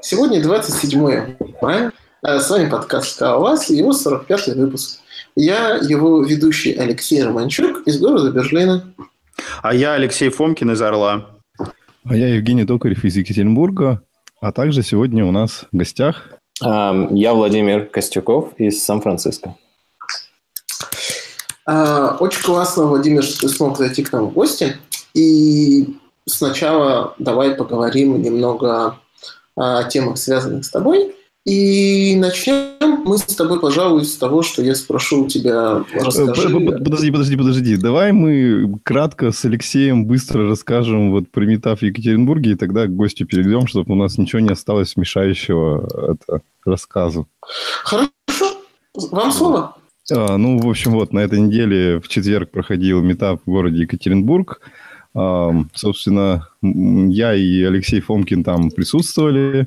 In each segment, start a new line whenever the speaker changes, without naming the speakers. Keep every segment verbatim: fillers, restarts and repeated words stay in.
Сегодня двадцать седьмое мая. С вами подкаст «Скалолаз» и его сорок пятый выпуск. Я его ведущий Алексей Романчук из города Берлина.
А я Алексей Фомкин из Орла.
А я Евгений Токарев из Екатеринбурга. А также сегодня у нас в гостях...
Я Владимир Костюков из Сан-Франциско.
Очень классно, Владимир, что ты смог зайти к нам в гости. И сначала давай поговорим немного о темах, связанных с тобой. И начнем мы с тобой, пожалуй, с того, что я спрошу у тебя. Расскажи.
Подожди, подожди, подожди. Давай мы кратко с Алексеем быстро расскажем вот про митап в Екатеринбурге, и тогда к гостю перейдем, чтобы у нас ничего не осталось мешающего это, рассказу.
Хорошо. Вам слово.
А, ну, в общем, вот, на этой неделе в четверг проходил митап в городе Екатеринбург. А, собственно, я и Алексей Фомкин там присутствовали.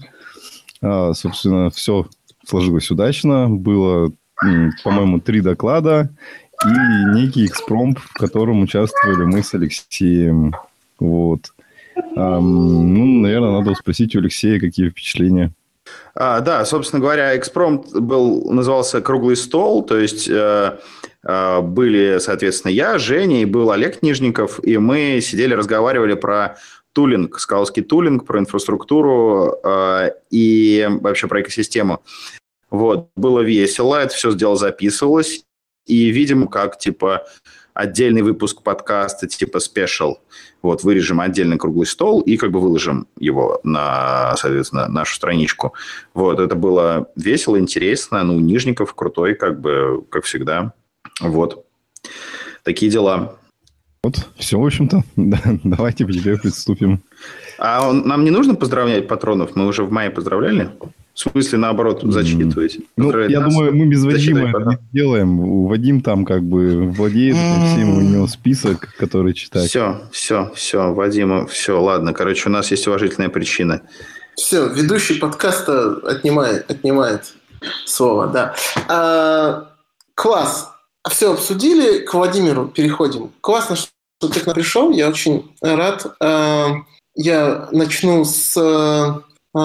А, собственно, все сложилось удачно. Было, по-моему, три доклада и некий экспромт, в котором участвовали мы с Алексеем. Вот. А, ну, наверное, надо спросить у Алексея, какие впечатления.
А, да, собственно говоря, экспромт был, назывался «Круглый стол», то есть э, э, были, соответственно, я, Женя и был Олег Нижников, и мы сидели, разговаривали про тулинг, скаловский тулинг, про инфраструктуру э, и вообще про экосистему. Вот, было весело, это все сделал, записывалось, и видим, как, типа, отдельный выпуск подкаста, типа спешл. Вот, вырежем отдельный круглый стол и как бы выложим его на, соответственно, нашу страничку. Вот, это было весело, интересно. Ну, Нижников крутой, как бы, как всегда. Вот, такие дела.
Вот, все, в общем-то. Да, давайте теперь приступим.
А он, нам не нужно поздравлять патронов? Мы уже в мае поздравляли? В смысле, наоборот, зачитывать?
Ну, я нас, думаю, мы без Вадима это не сделаем. Вадим там как бы владеет всем, у него список, который читать.
Все, все, все, Вадима, все, ладно. Короче, у нас есть уважительная причина.
Все, ведущий подкаста отнимает, отнимает слово, да. А, класс. Все обсудили, к Владимиру переходим. Классно, что ты к нам пришел, я очень рад. А, я начну с...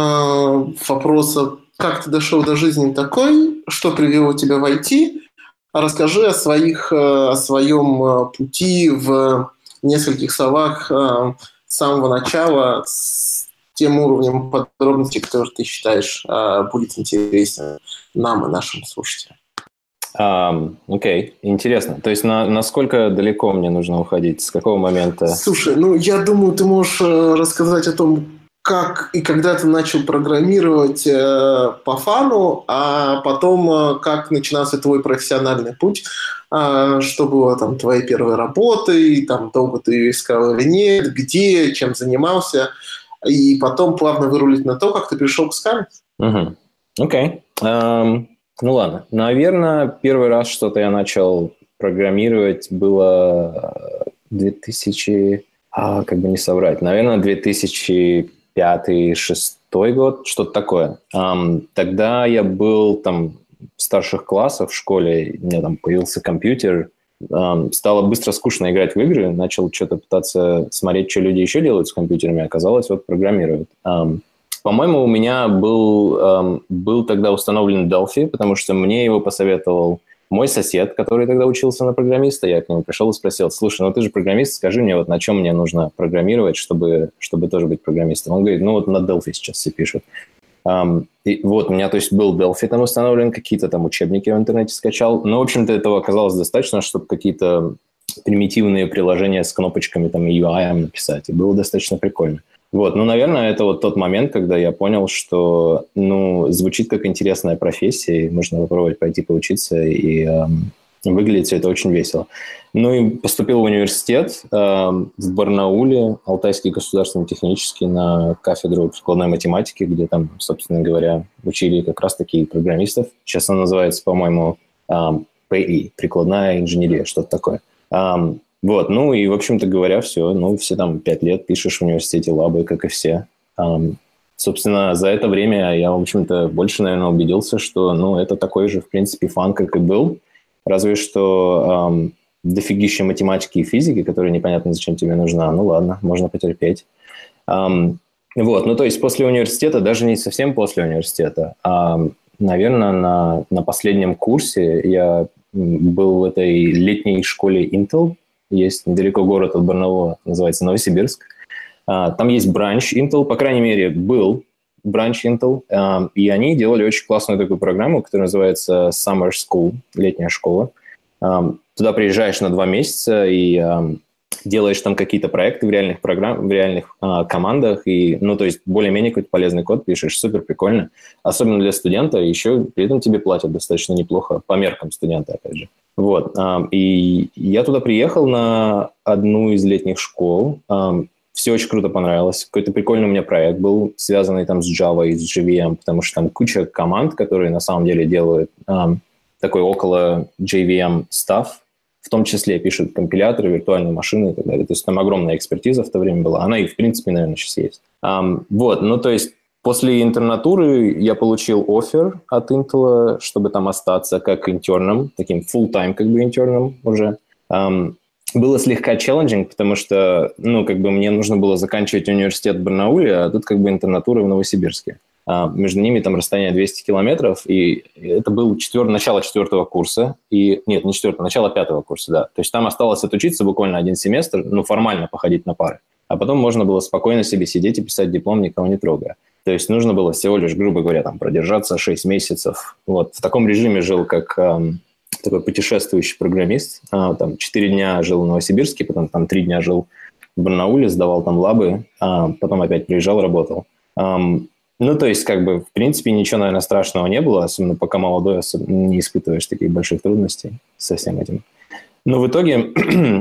вопроса, как ты дошел до жизни такой, что привело тебя в ай ти. Расскажи о, своих, о своем пути в нескольких словах с самого начала, с тем уровнем подробностей, который ты считаешь будет интересен нам и нашим слушателям.
Окей, um, okay. Интересно. То есть на, насколько далеко мне нужно уходить? С какого момента?
Слушай, ну я думаю, ты можешь рассказать о том, как и когда ты начал программировать э, по фану, а потом э, как начинался твой профессиональный путь, э, что было там твоей первой работой, там долго ты ее искал или нет, где, чем занимался, и потом плавно вырулить на то, как ты пришел к скале.
Окей. Okay. Um, ну ладно. Наверное, первый раз что-то я начал программировать было две тысячи... А, как бы не соврать. Наверное, две тысячи пятый, шестой год, что-то такое. Um, тогда я был там в старших классах в школе, у меня там появился компьютер, um, стало быстро скучно играть в игры, начал что-то пытаться смотреть, что люди еще делают с компьютерами, оказалось, вот программируют. Um, по-моему, у меня был, um, был тогда установлен Delphi, потому что мне его посоветовал мой сосед, который тогда учился на программиста. Я к нему пришел и спросил: слушай, ну ты же программист, скажи мне, вот на чем мне нужно программировать, чтобы, чтобы тоже быть программистом. Он говорит, ну вот на Delphi сейчас все пишут. Um, и вот у меня, то есть, был Delphi там установлен, какие-то там учебники в интернете скачал. Но, в общем-то, этого оказалось достаточно, чтобы какие-то примитивные приложения с кнопочками там и ю ай написать. И было достаточно прикольно. Вот, ну, наверное, это вот тот момент, когда я понял, что, ну, звучит как интересная профессия, и можно попробовать пойти поучиться, и эм, выглядит все это очень весело. Ну, и поступил в университет эм, в Барнауле, Алтайский государственный технический, на кафедру прикладной математики, где там, собственно говоря, учили как раз-таки программистов. Сейчас она называется, по-моему, эм, пи и, прикладная инженерия, что-то такое. Эм, Вот, ну и, в общем-то говоря, все. Ну, все там пять лет пишешь в университете лабы, как и все. Um, собственно, за это время я, в общем-то, больше, наверное, убедился, что, ну, это такой же, в принципе, фан, как и был. Разве что um, дофигища математики и физики, которая непонятно зачем тебе нужна. Ну, ладно, можно потерпеть. Um, Вот, ну то есть после университета, даже не совсем после университета, а, наверное, на, на последнем курсе я был в этой летней школе Intel, есть недалеко город от Барнаула, называется Новосибирск. А, там есть бранч Intel, по крайней мере, был бранч Intel, а, и они делали очень классную такую программу, которая называется Summer School, летняя школа. А, туда приезжаешь на два месяца и а, делаешь там какие-то проекты в реальных программ, в реальных а, командах, и, ну, то есть более-менее какой-то полезный код пишешь, супер прикольно, особенно для студента, еще при этом тебе платят достаточно неплохо, по меркам студента, опять же. Вот, а, и я туда приехал на одну из летних школ, а, все очень круто понравилось, какой-то прикольный у меня проект был, связанный там с Java и с джей ви эм, потому что там куча команд, которые на самом деле делают а, такой около джей ви эм stuff, в том числе пишут компиляторы, виртуальные машины и так далее. То есть там огромная экспертиза в то время была. Она и, в принципе, наверное, сейчас есть. Um, вот, ну, то есть после интернатуры я получил оффер от Intel, чтобы там остаться как интерном, таким full-time как бы интерном уже. Um, было слегка челленджинг, потому что, ну, как бы мне нужно было заканчивать университет в Барнауле, а тут как бы интернатура в Новосибирске. А между ними там расстояние двести километров, и это был четвер... начало четвертого курса, и нет, не четвертого, начало пятого курса, да. То есть там осталось отучиться буквально один семестр, ну, формально походить на пары. А потом можно было спокойно себе сидеть и писать диплом, никого не трогая. То есть нужно было всего лишь, грубо говоря, там, продержаться шесть месяцев. Вот. В таком режиме жил как эм, такой путешествующий программист. А, там четыре дня жил в Новосибирске, потом там три дня жил в Барнауле, сдавал там лабы, а потом опять приезжал, работал. Эм, Ну, то есть, как бы, в принципе, ничего, наверное, страшного не было, особенно пока молодой, особенно не испытываешь таких больших трудностей со всем этим. Но в итоге,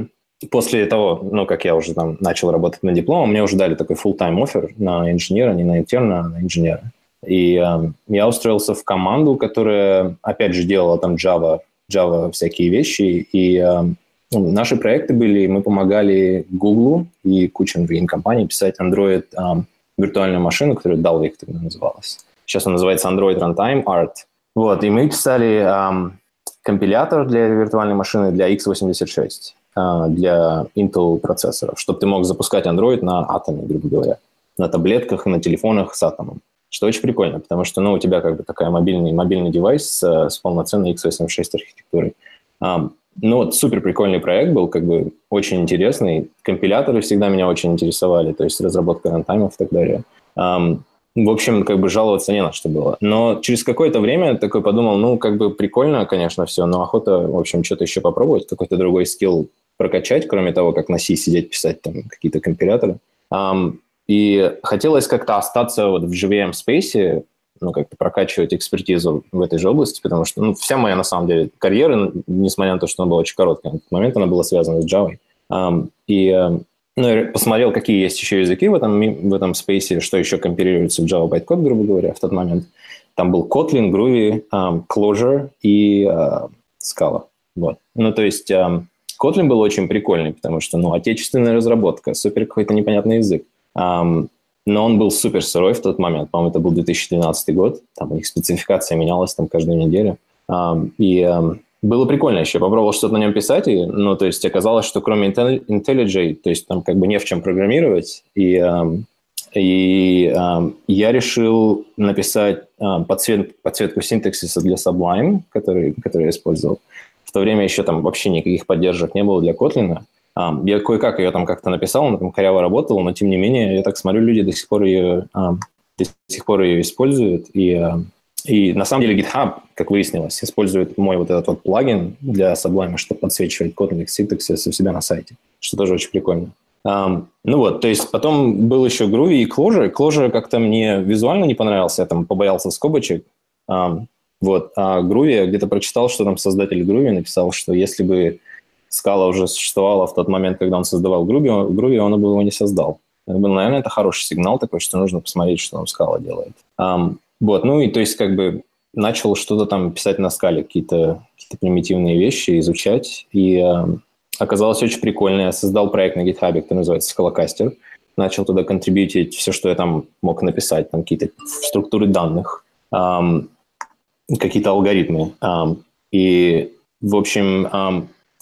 после того, ну, как я уже там начал работать на диплом, мне уже дали такой full-time offer на инженера, не на интерна, а на инженера. И э, я устроился в команду, которая, опять же, делала там Java, Java всякие вещи, и э, наши проекты были, мы помогали Google и куче других компаний писать Android э, виртуальную машину, которая Dalvik тогда называлась. Сейчас он называется Android Runtime Art. Вот, и мы писали эм, компилятор для виртуальной машины для икс восемьдесят шесть, э, для Intel процессоров, чтобы ты мог запускать Android на атоме, грубо говоря, на таблетках и на телефонах с атомом. Что очень прикольно, потому что, ну, у тебя как бы такая мобильный, мобильный девайс с, с полноценной икс восемьдесят шесть архитектурой. Um, ну, вот супер прикольный проект был, как бы очень интересный. Компиляторы всегда меня очень интересовали, то есть разработка рантаймов и так далее. Um, в общем, как бы жаловаться не на что было. Но через какое-то время я такой подумал, ну, как бы прикольно, конечно, все, но охота, в общем, что-то еще попробовать, какой-то другой скилл прокачать, кроме того, как на C сидеть, писать там какие-то компиляторы. Um, и хотелось как-то остаться вот в джей ви эм-спейсе, ну, как-то прокачивать экспертизу в этой же области, потому что, ну, вся моя, на самом деле, карьера, несмотря на то, что она была очень короткая, на тот момент она была связана с Java. Um, и, um, ну, я посмотрел, какие есть еще языки в этом, в этом спейсе, что еще компилируется в Java байткод, грубо говоря, в тот момент. Там был Kotlin, Groovy, um, Clojure и uh, Scala. Вот. Ну, то есть um, Kotlin был очень прикольный, потому что, ну, отечественная разработка, супер какой-то непонятный язык. Um, Но он был супер сырой в тот момент. По-моему, это был две тысячи двенадцатый год. Там их спецификация менялась там каждую неделю. Um, и um, было прикольно еще. Попробовал что-то на нем писать. И, ну, то есть оказалось, что кроме IntelliJ, то есть там как бы не в чем программировать. И, um, и um, я решил написать um, подсвет, подсветку синтаксиса для Sublime, который, который я использовал. В то время еще там вообще никаких поддержек не было для Kotlin. Um, я кое-как ее там как-то написал, она там коряво работала, но тем не менее, я так смотрю, люди до сих пор ее, um, до сих пор ее используют. И, um, и на самом деле GitHub, как выяснилось, использует мой вот этот вот плагин для Sublime, чтобы подсвечивать Kotlin Syntaxis у себя на сайте, что тоже очень прикольно. Um, ну вот, то есть потом был еще Groovy и Clojure. Clojure как-то мне визуально не понравился, я там побоялся скобочек. Um, вот, а Groovy, я где-то прочитал, что там создатель Groovy написал, что если бы Scala уже существовала в тот момент, когда он создавал Groovy, Groovy он бы его не создал. Я думаю, наверное, это хороший сигнал такой, что нужно посмотреть, что там Scala делает. Um, вот, ну и то есть как бы начал что-то там писать на Scala, какие-то, какие-то примитивные вещи, изучать, и um, оказалось очень прикольно. Я создал проект на GitHub, который называется Scalacaster, начал туда контрибьютить все, что я там мог написать, там какие-то структуры данных, um, какие-то алгоритмы. Um, и, в общем... Um,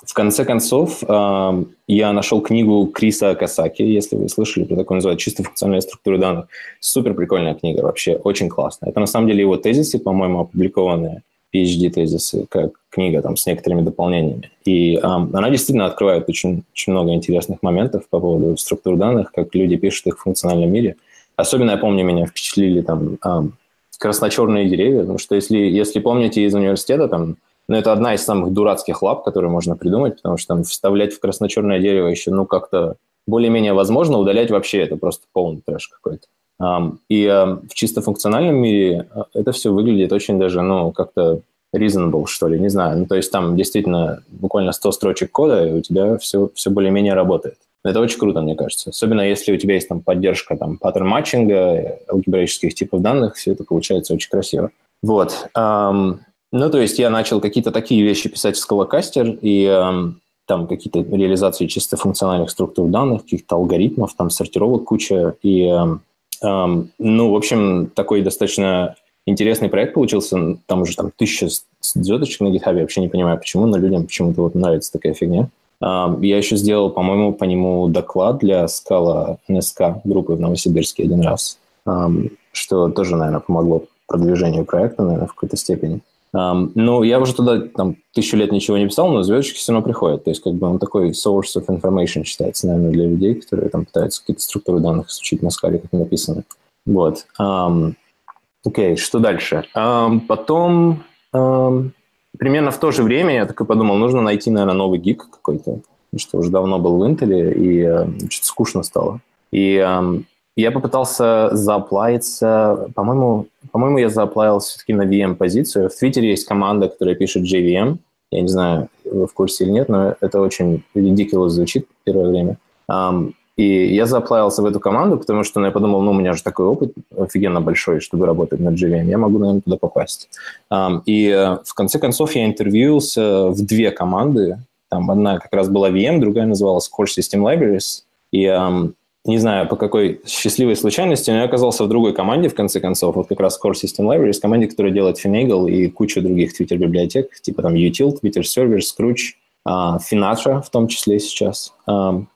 в конце концов, э, я нашел книгу Криса Косаки, если вы слышали, про такое называют «Чисто функциональная структура данных». Супер прикольная книга вообще, очень классная. Это на самом деле его тезисы, по-моему, опубликованные, пи эйч ди-тезисы, как книга там, с некоторыми дополнениями. И э, она действительно открывает очень, очень много интересных моментов по поводу структур данных, как люди пишут их в функциональном мире. Особенно, я помню, меня впечатлили там э, красно-черные деревья, потому что если, если помните из университета, там, ну, это одна из самых дурацких лап, которые можно придумать, потому что там вставлять в красно-черное дерево еще, ну, как-то более-менее возможно, удалять вообще это просто полный трэш какой-то. Um, и uh, в чисто функциональном мире это все выглядит очень даже, ну, как-то reasonable, что ли, не знаю. Ну, то есть там действительно буквально сто строчек кода, и у тебя все, все более-менее работает. Это очень круто, мне кажется. Особенно если у тебя есть там поддержка там паттерн-матчинга, алгебраических типов данных, все это получается очень красиво. Вот. Um, ну, то есть я начал какие-то такие вещи писать в Scalacaster, и um, там какие-то реализации чисто функциональных структур данных, каких-то алгоритмов, там сортировок куча, и... Um, Um, ну, в общем, такой достаточно интересный проект получился. Там уже там, тысяча звездочек на GitHub. Я вообще не понимаю, почему, но людям почему-то вот нравится такая фигня. Um, я еще сделал, по-моему, по нему доклад для Scala эн эс ка группы в Новосибирске один раз, um, что тоже, наверное, помогло продвижению проекта, наверное, в какой-то степени. Um, ну, я уже туда там, тысячу лет ничего не писал, но звездочки все равно приходят. То есть, как бы он такой source of information считается, наверное, для людей, которые там пытаются какие-то структуры данных изучить на скале, как написано. Вот. Um, окей, что дальше? Um, потом, um, примерно в то же время я такой подумал, нужно найти, наверное, новый гиг какой-то, потому что уже давно был в Intel, и uh, что-то скучно стало. И um, я попытался зааплавиться, по-моему, по-моему, я зааплавился все-таки на ви эм-позицию. В Твиттере есть команда, которая пишет джей ви эм. Я не знаю, вы в курсе или нет, но это очень ridiculous звучит в первое время. Um, и я зааплавился в эту команду, потому что ну, я подумал, ну, у меня же такой опыт офигенно большой, чтобы работать на джей ви эм. Я могу, наверное, туда попасть. Um, и uh, в конце концов я интервьюился в две команды. Там одна как раз была ви эм, другая называлась Core System Libraries. И... Um, не знаю, по какой счастливой случайности, но я оказался в другой команде, в конце концов, вот как раз Core System Libraries, команде, которая делает Finagle и кучу других Twitter-библиотек, типа там Util, Twitter Server, Scrooge, uh, Finatra в том числе сейчас. Um,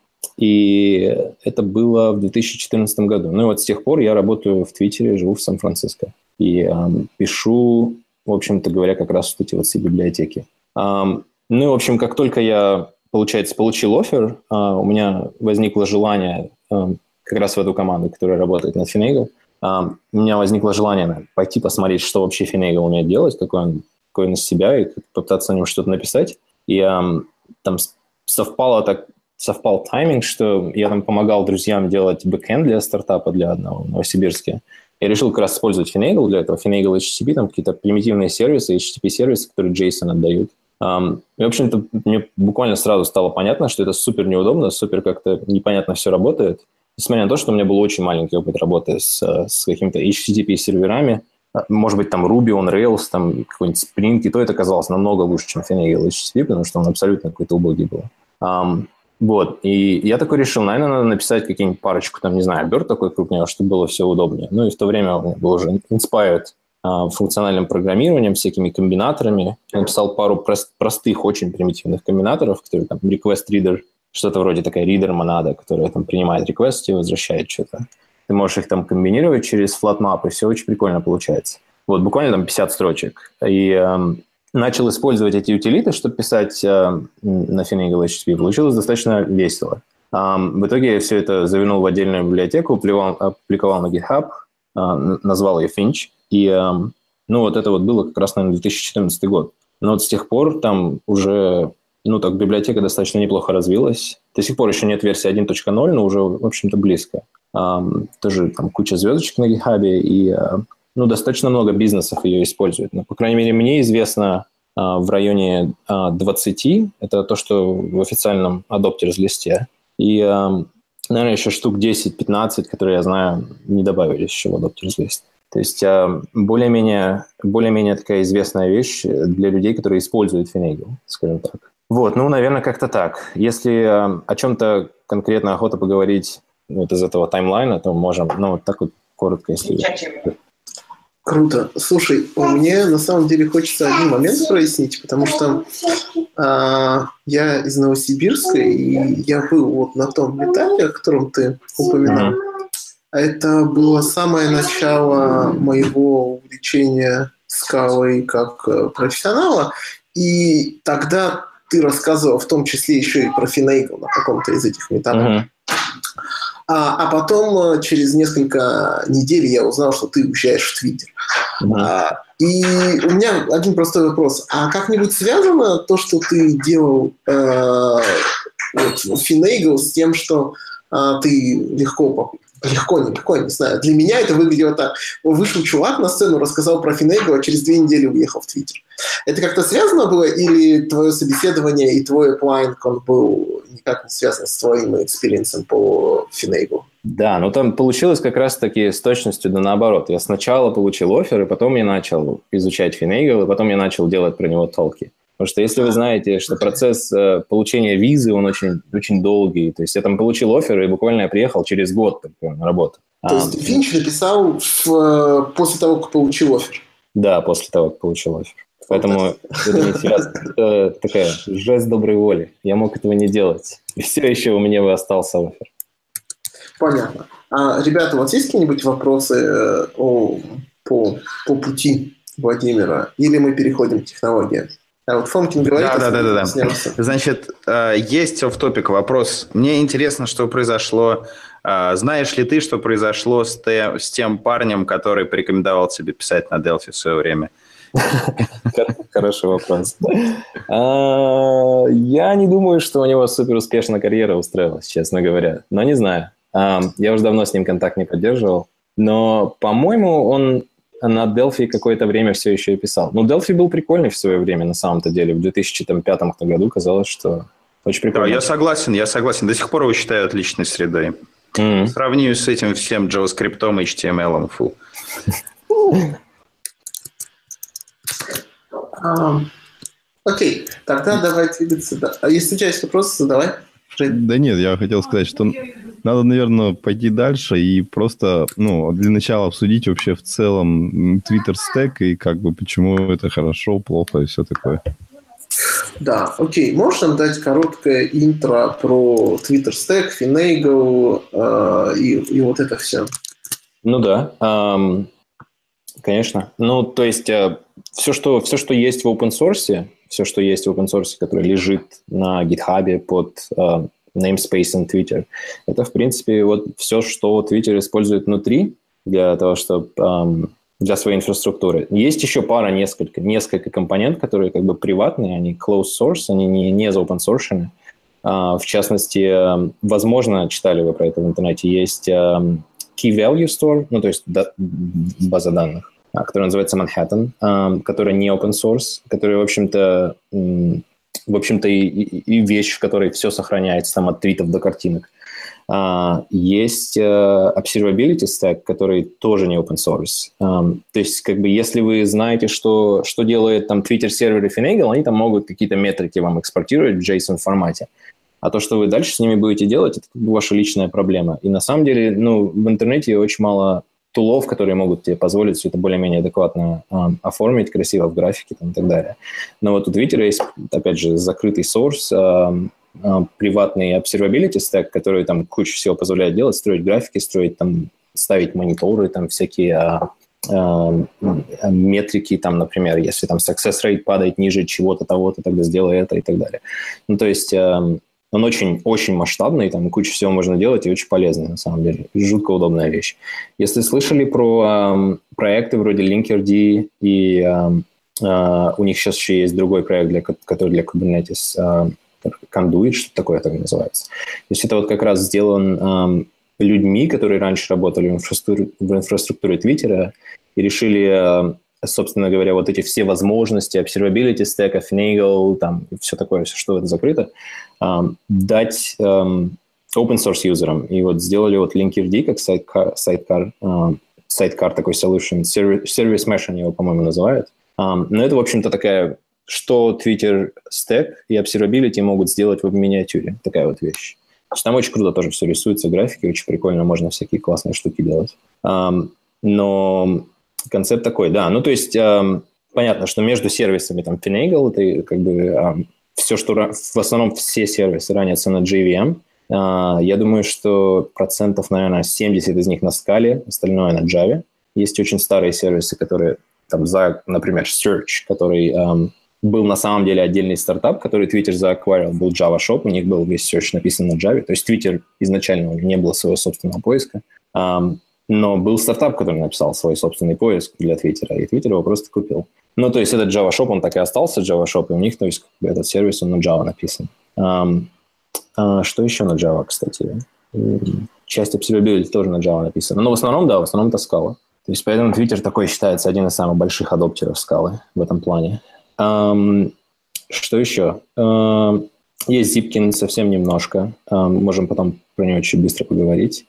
и это было в две тысячи четырнадцатом году. Ну и вот с тех пор я работаю в Твиттере, живу в Сан-Франциско. И um, пишу, в общем-то говоря, как раз вот эти вот все библиотеки. Um, ну и, в общем, как только я, получается, получил оффер, uh, у меня возникло желание... как раз в эту команду, которая работает над Finagle, у меня возникло желание пойти посмотреть, что вообще Finagle умеет делать, какой он, какой он из себя, и попытаться на нем что-то написать. И там совпало так, совпал тайминг, что я там помогал друзьям делать бэкэнд для стартапа, для одного в Новосибирске. Я решил как раз использовать Finagle для этого. Finagle эйч ти ти пи, там какие-то примитивные сервисы, эйч ти ти пи-сервисы, которые JSON отдают. Um, и, в общем-то, мне буквально сразу стало понятно, что это супер неудобно, супер как-то непонятно все работает. Несмотря на то, что у меня был очень маленький опыт работы с, с какими-то эйч ти ти пи-серверами, может быть, там Ruby on Rails, там какой-нибудь Spring, и то это казалось намного лучше, чем Finagle эйч ти ти пи, потому что он абсолютно какой-то убогий был. Um, вот, и я такой решил, наверное, надо написать какие-нибудь парочку, там, не знаю, оберт такой крупнее, чтобы было все удобнее. Ну, и в то время у меня был уже Inspired функциональным программированием, всякими комбинаторами. Я написал пару прост, простых, очень примитивных комбинаторов, которые там request reader, что-то вроде такая reader-монада, которая там принимает request и возвращает что-то. Ты можешь их там комбинировать через flatmap, и все очень прикольно получается. Вот, буквально там пятьдесят строчек. И э, начал использовать эти утилиты, чтобы писать э, на Finagle эйч ти ти пи. Получилось достаточно весело. Э, в итоге я все это завернул в отдельную библиотеку, опубликовал на GitHub, э, назвал ее Finch. И, ну, вот это вот было как раз, наверное, две тысячи четырнадцатый год. Но вот с тех пор там уже, ну, так, библиотека достаточно неплохо развилась. До сих пор еще нет версии один точка ноль, но уже, в общем-то, близко. Um, тоже там куча звездочек на GitHub, и, uh, ну, достаточно много бизнесов ее используют. Но, по крайней мере, мне известно uh, в районе uh, двадцати. Это то, что в официальном Adopters-листе. И, uh, наверное, еще штук десять-пятнадцать, которые я знаю, не добавились еще в Adopters-лист. То есть более-менее, более-менее такая известная вещь для людей, которые используют Finagle, скажем так. Вот, ну, наверное, как-то так. Если о чем-то конкретно охота поговорить вот из этого таймлайна, то можем, ну, вот так вот коротко, если...
Круто. Слушай, мне на самом деле хочется один момент прояснить, потому что э, я из Новосибирска, и я был вот на том этапе, о котором ты упоминал. Mm-hmm. Это было самое начало моего увлечения скалой как профессионала, и тогда ты рассказывал в том числе еще и про Finagle на каком-то из этих метапов. Mm-hmm. А, а потом, через несколько недель, я узнал, что ты уезжаешь в Твиттер. Mm-hmm. А, и у меня один простой вопрос. А как-нибудь связано то, что ты делал э, вот, Finagle с тем, что э, ты легко... Легко, нелегко, не знаю. Для меня это выглядело так. Вышел чувак на сцену, рассказал про Finagle, а через две недели уехал в Твиттер. Это как-то связано было? Или твое собеседование и твой applying, он был никак не связан с твоим экспириенсом по Finagle?
Да, ну там получилось как раз-таки с точностью да наоборот. Я сначала получил оффер, и потом я начал изучать Finagle, и потом я начал делать про него толки. Потому что если вы знаете, что процесс э, получения визы, он очень, очень долгий. То есть я там получил оффер, и буквально я приехал через год на работу.
То есть а, Финч написал в, после того, как получил оффер?
Да, после того, как получил оффер. Поэтому это не связано. Это такая жест доброй воли. Я мог этого не делать. И все еще у меня бы остался оффер.
Понятно. А, ребята, у вас есть какие-нибудь вопросы э, о, по, по пути Владимира? Или мы переходим к технологиям? А вот Фомкин говорит...
Да, да, да, да, да. Значит, есть офф-топик вопрос. Мне интересно, что произошло. Знаешь ли ты, что произошло с, те, с тем парнем, который порекомендовал тебе писать на Delphi в свое время?
Хороший вопрос. Я не думаю, что у него супер успешная карьера устроилась, честно говоря. Но не знаю. Я уже давно с ним контакт не поддерживал. Но, по-моему, он... на Delphi какое-то время все еще и писал. Ну, Delphi был прикольный в свое время, на самом-то деле. В две тысячи пятом году казалось, что очень прикольно.
Да, я согласен, я согласен. До сих пор его считаю отличной средой. Mm-hmm. Сравниваю с этим всем JavaScript, эйч ти эм эл, фу.
Окей, тогда давай двигаться. А если у тебя есть вопросы, задавай.
Да нет, я хотел сказать, что надо, наверное, пойти дальше и просто, ну, для начала обсудить вообще в целом Twitter Stack и как бы почему это хорошо, плохо и все такое.
Да, окей. Можешь нам дать короткое интро про Twitter Stack, Finagle э, и, и вот это все?
Ну да, эм, конечно. Ну, то есть э, все, что, все, что есть в open source, все, что есть в open source, которое лежит на GitHub под э, namespace in Twitter, это, в принципе, вот все, что Twitter использует внутри для того, чтобы эм, для своей инфраструктуры. Есть еще пара, несколько, несколько компонентов, которые как бы приватные, они closed source, они не, не open source. Uh, в частности, uh, возможно, читали вы про это в интернете, есть uh, Key Value Store, ну, то есть да, база данных, uh, которая называется Manhattan, uh, которая не open source, которая, в общем-то, um, в общем-то и, и, и вещь, в которой все сохраняется там от твитов до картинок. Uh, есть uh, Observability Stack, который тоже не open source. Um, то есть, как бы, если вы знаете, что, что делает там Twitter сервер и Finagle, они там могут какие-то метрики вам экспортировать в JSON формате. А то, что вы дальше с ними будете делать, это как бы ваша личная проблема. И на самом деле, ну, в интернете очень мало тулов, которые могут тебе позволить все это более-менее адекватно um, оформить, красиво в графике там, и так далее. Но вот у Twitter есть, опять же, закрытый source, um, приватный observability stack, который там кучу всего позволяет делать, строить графики, строить там, ставить мониторы, там всякие а, а, метрики, там, например, если там success rate падает ниже чего-то, того-то, тогда сделай это и так далее. Ну, то есть а, он очень-очень масштабный, там кучу всего можно делать и очень полезный, на самом деле. Жутко удобная вещь. Если слышали про а, проекты вроде Linkerd и а, а, у них сейчас еще есть другой проект, для, который для Kubernetes, а, Conduit, что такое так называется. То есть это вот как раз сделан эм, людьми, которые раньше работали в инфраструктуре, в инфраструктуре Твиттера и решили, э, собственно говоря, вот эти все возможности Observability Stack, Finagle, там, и все такое, все, что это закрыто, эм, дать эм, open source юзерам. И вот сделали вот Linkerd как sidecar, sidecar, э, sidecar такой solution, Service Mesh они его, по-моему, называют. Um, но это, в общем-то, такая... что Twitter Stack и Observability могут сделать в миниатюре. Такая вот вещь. Там очень круто тоже все рисуется, графики, очень прикольно, можно всякие классные штуки делать. Um, но концепт такой, да. Ну, то есть, эм, понятно, что между сервисами там Finagle, это как бы эм, все, что... В основном все сервисы ранятся на джей ви эм. Э, я думаю, что процентов, наверное, семьдесят из них на Scala, остальное на Java. Есть очень старые сервисы, которые, там, за, например, Search, который эм, был на самом деле отдельный стартап, который Twitter заакварил, был Java Shop, у них был весь Search написан на Java. То есть Twitter изначально не было своего собственного поиска. Эм, Но был стартап, который написал свой собственный поиск для Твиттера, и Твиттер его просто купил. Ну, то есть этот Java Shop, он так и остался Java Shop, и у них, то есть, этот сервис, он на Java написан. Um, uh, что еще на Java, кстати? Часть observability тоже на Java написана. Но в основном, да, в основном это Scala. То есть поэтому Twitter такой считается один из самых больших адоптеров Scala в этом плане. Um, что еще? Uh, есть Zipkin совсем немножко. Uh, можем потом про него чуть быстро поговорить.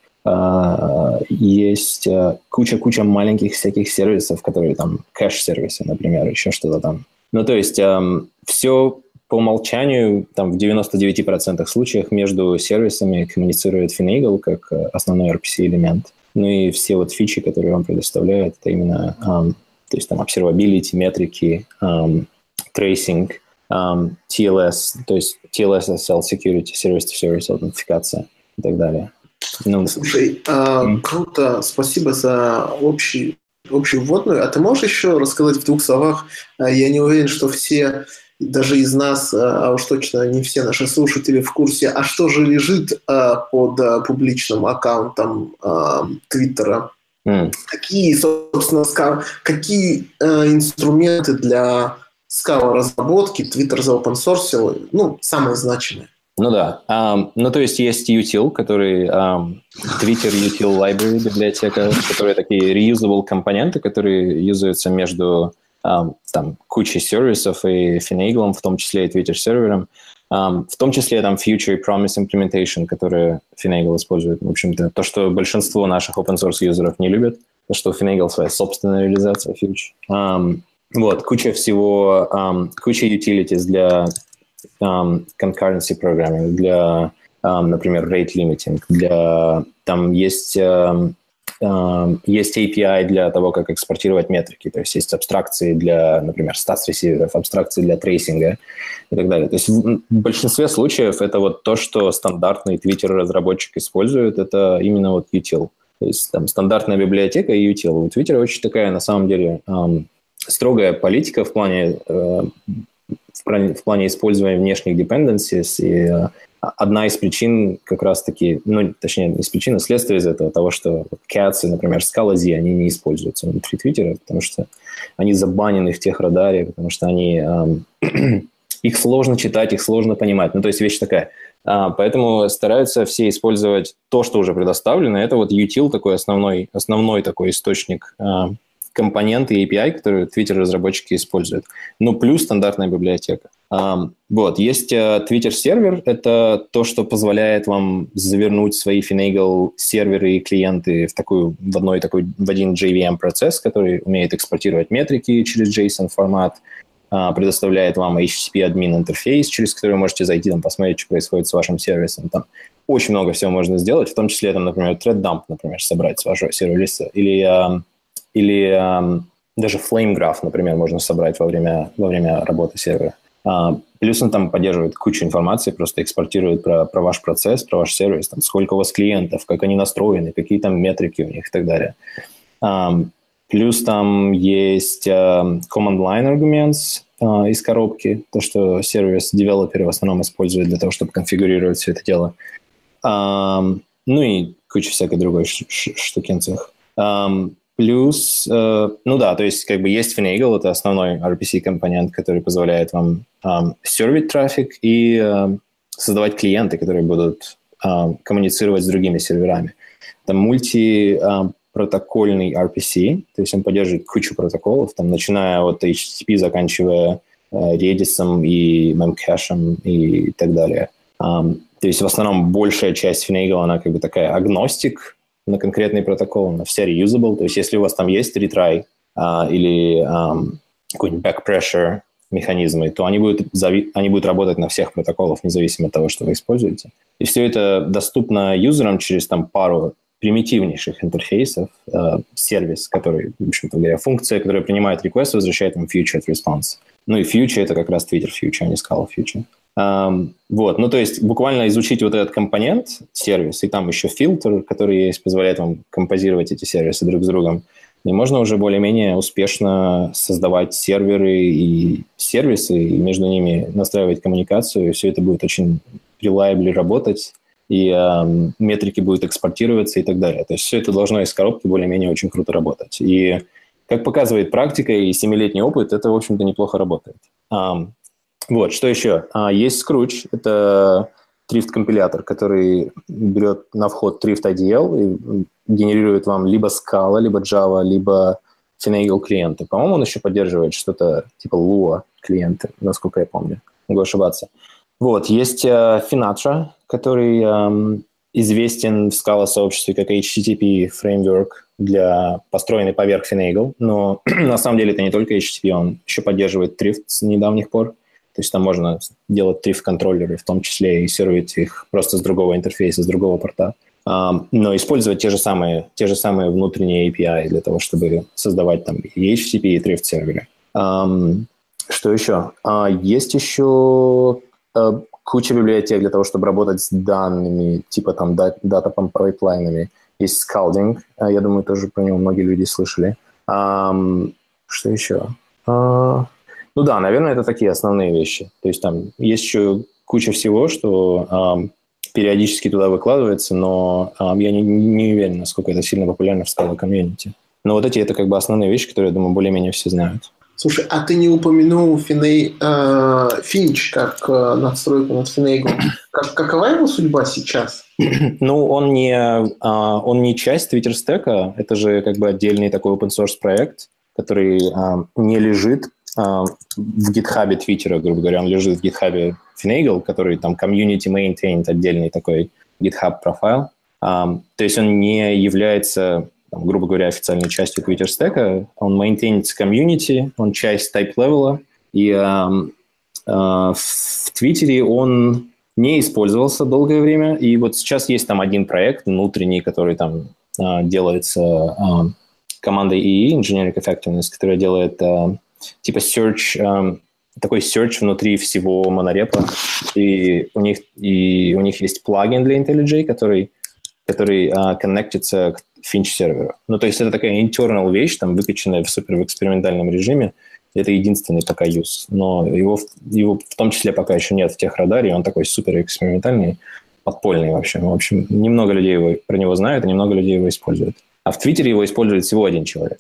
Uh, есть uh, куча-куча маленьких всяких сервисов, которые там, кэш-сервисы, например, еще что-то там. Ну, то есть um, все по умолчанию, там в девяноста девяти процентах случаев между сервисами коммуницирует Finagle как основной ар пи си-элемент. Ну и все вот фичи, которые вам предоставляют, это именно um, то есть там observability, метрики, um, tracing, um, ти эл эс, то есть ти эл эс, эс эл security, service-to-service аутентификация и так далее.
Ну, слушай, а, mm. круто, спасибо за общий, общую вводную. А ты можешь еще рассказать в двух словах? Я не уверен, что все, даже из нас, а уж точно не все наши слушатели в курсе, а что же лежит а, под а, публичным аккаунтом а, Твиттера? Mm. Какие, собственно, скал, какие а, инструменты для скала-разработки Твиттер заопенсорсил, ну, самые значимые?
Ну да. Um, ну, то есть есть util, который um, Twitter util library, библиотека, которые такие reusable компоненты, которые юзаются между um, там, кучей сервисов и Finagle, в том числе и Twitter сервером. Um, в том числе там Future и Promise Implementation, которые Finagle использует. В общем-то, то, что большинство наших open-source юзеров не любят, то, что у Finagle своя собственная реализация Future. Um, вот, куча всего, um, куча utilities для Um, concurrency programming, для, um, например, rate limiting, для, там есть, um, um, есть эй пи ай для того, как экспортировать метрики, то есть есть абстракции для, например, stats-ресиверов, абстракции для трейсинга и так далее. То есть в, в большинстве случаев это вот то, что стандартный Twitter-разработчик использует, это именно вот util. То есть там стандартная библиотека и util. У Twitter очень такая, на самом деле, um, строгая политика в плане uh, в плане использования внешних dependencies, и uh, одна из причин как раз-таки, ну, точнее, не из причин, а следствие из этого, того, что Cats и, например, Scala-Z, они не используются внутри Твиттера, потому что они забанены в техрадаре, потому что они, um, их сложно читать, их сложно понимать. Ну, то есть вещь такая. Uh, поэтому стараются все использовать то, что уже предоставлено. Это вот util, такой основной, основной такой источник uh, компоненты эй пи ай, которые Twitter-разработчики используют. Ну, плюс стандартная библиотека. Um, вот, есть uh, Twitter-сервер. Это то, что позволяет вам завернуть свои Finagle серверы и клиенты в, такую, в, одной, такой, в один джей ви эм-процесс, который умеет экспортировать метрики через JSON-формат, uh, предоставляет вам эйч ти ти пи-админ-интерфейс, через который вы можете зайти, там, посмотреть, что происходит с вашим сервисом. Там очень много всего можно сделать, в том числе, там, например, thread dump, например, собрать с вашего сервер-листа. Или... Uh, Или um, даже Flame Graph, например, можно собрать во время, во время работы сервера. Uh, плюс он там поддерживает кучу информации, просто экспортирует про, про ваш процесс, про ваш сервис, там, сколько у вас клиентов, как они настроены, какие там метрики у них и так далее. Um, плюс там есть uh, command line arguments uh, из коробки, то, что сервис-девелоперы в основном используют для того, чтобы конфигурировать все это дело. Um, ну и куча всякой другой ш- ш- штукенцев. Um, Плюс, э, ну да, то есть как бы есть Finagle, это основной ар пи си-компонент, который позволяет вам э, сервить трафик и э, создавать клиенты, которые будут э, коммуницировать с другими серверами. Это мультипротокольный ар пи си, то есть он поддерживает кучу протоколов, там, начиная от эйч ти ти пи, заканчивая э, Redis и Memcache и так далее. Um, то есть в основном большая часть Finagle, она как бы такая агностик на конкретный протокол, на все reusable. То есть если у вас там есть retry uh, или um, какой-нибудь back pressure механизмы, то они будут, зави- они будут работать на всех протоколах, независимо от того, что вы используете. И все это доступно юзерам через там, пару примитивнейших интерфейсов э, сервис, который, в общем-то говоря, функция, которая принимает request, возвращает им future response. Ну и future — это как раз Twitter future, а не Scala future. Um, вот, ну то есть буквально изучить вот этот компонент, сервис, и там еще фильтр, который есть, позволяет вам композировать эти сервисы друг с другом, и можно уже более-менее успешно создавать серверы и сервисы, и между ними настраивать коммуникацию, и все это будет очень reliably работать, и um, метрики будут экспортироваться и так далее. То есть все это должно из коробки более-менее очень круто работать. И как показывает практика и семилетний опыт, это, в общем-то, неплохо работает. Um, Вот, что еще? А, есть Scrooge, это Thrift-компилятор, который берет на вход Thrift ай ди эл и генерирует вам либо Scala, либо Java, либо Finagle клиенты. По-моему, он еще поддерживает что-то типа Lua клиенты, насколько я помню. Могу ошибаться. Вот, есть uh, Finatra, который um, известен в Scala-сообществе как эйч ти ти пи фреймворк, для построенный поверх Finagle, но на самом деле это не только эйч ти ти пи, он еще поддерживает Thrift с недавних пор. То есть там можно делать Thrift-контроллеры, в том числе и сервить их просто с другого интерфейса, с другого порта. Um, но использовать те же самые, те же самые внутренние эй пи ай для того, чтобы создавать там и эйч ти ти пи, и Thrift-серверы. Um, что еще? Uh, есть еще uh, куча библиотек для того, чтобы работать с данными, типа там дата-пайплайнами. Есть Scalding, uh, я думаю, тоже про него многие люди слышали. Um, что еще? Uh, Ну да, наверное, это такие основные вещи. То есть там есть еще куча всего, что э, периодически туда выкладывается, но э, я не, не уверен, насколько это сильно популярно в Scala комьюнити. Но вот эти это как бы основные вещи, которые, я думаю, более-менее все знают.
Слушай, а ты не упомянул Финей, э, Finch как э, надстройку над Finagle. Как, какова его судьба сейчас?
Ну, он не, э, он не часть Twitter стека, это же как бы отдельный такой open-source проект, который э, не лежит Uh, в гитхабе Твиттера, грубо говоря, он лежит в гитхабе Finagle, который там community maintained, отдельный такой GitHub профайл. Um, то есть он не является, там, грубо говоря, официальной частью Twitter стека, он maintains community, он часть type level, и um, uh, в Твиттере он не использовался долгое время, и вот сейчас есть там один проект внутренний, который там uh, делается uh, командой и и, Engineering Effectiveness, которая делает uh, типа search, um, такой search внутри всего монорепа, и у них, и у них есть плагин для IntelliJ, который, который uh, коннектится к Finch-серверу. Ну, то есть это такая internal вещь, там, выкачанная в суперэкспериментальном режиме, это единственный пока use, но его, его в том числе пока еще нет в техрадаре, он такой суперэкспериментальный, подпольный вообще. В общем, немного людей его, про него знают, и немного людей его используют. А в Твиттере его использует всего один человек.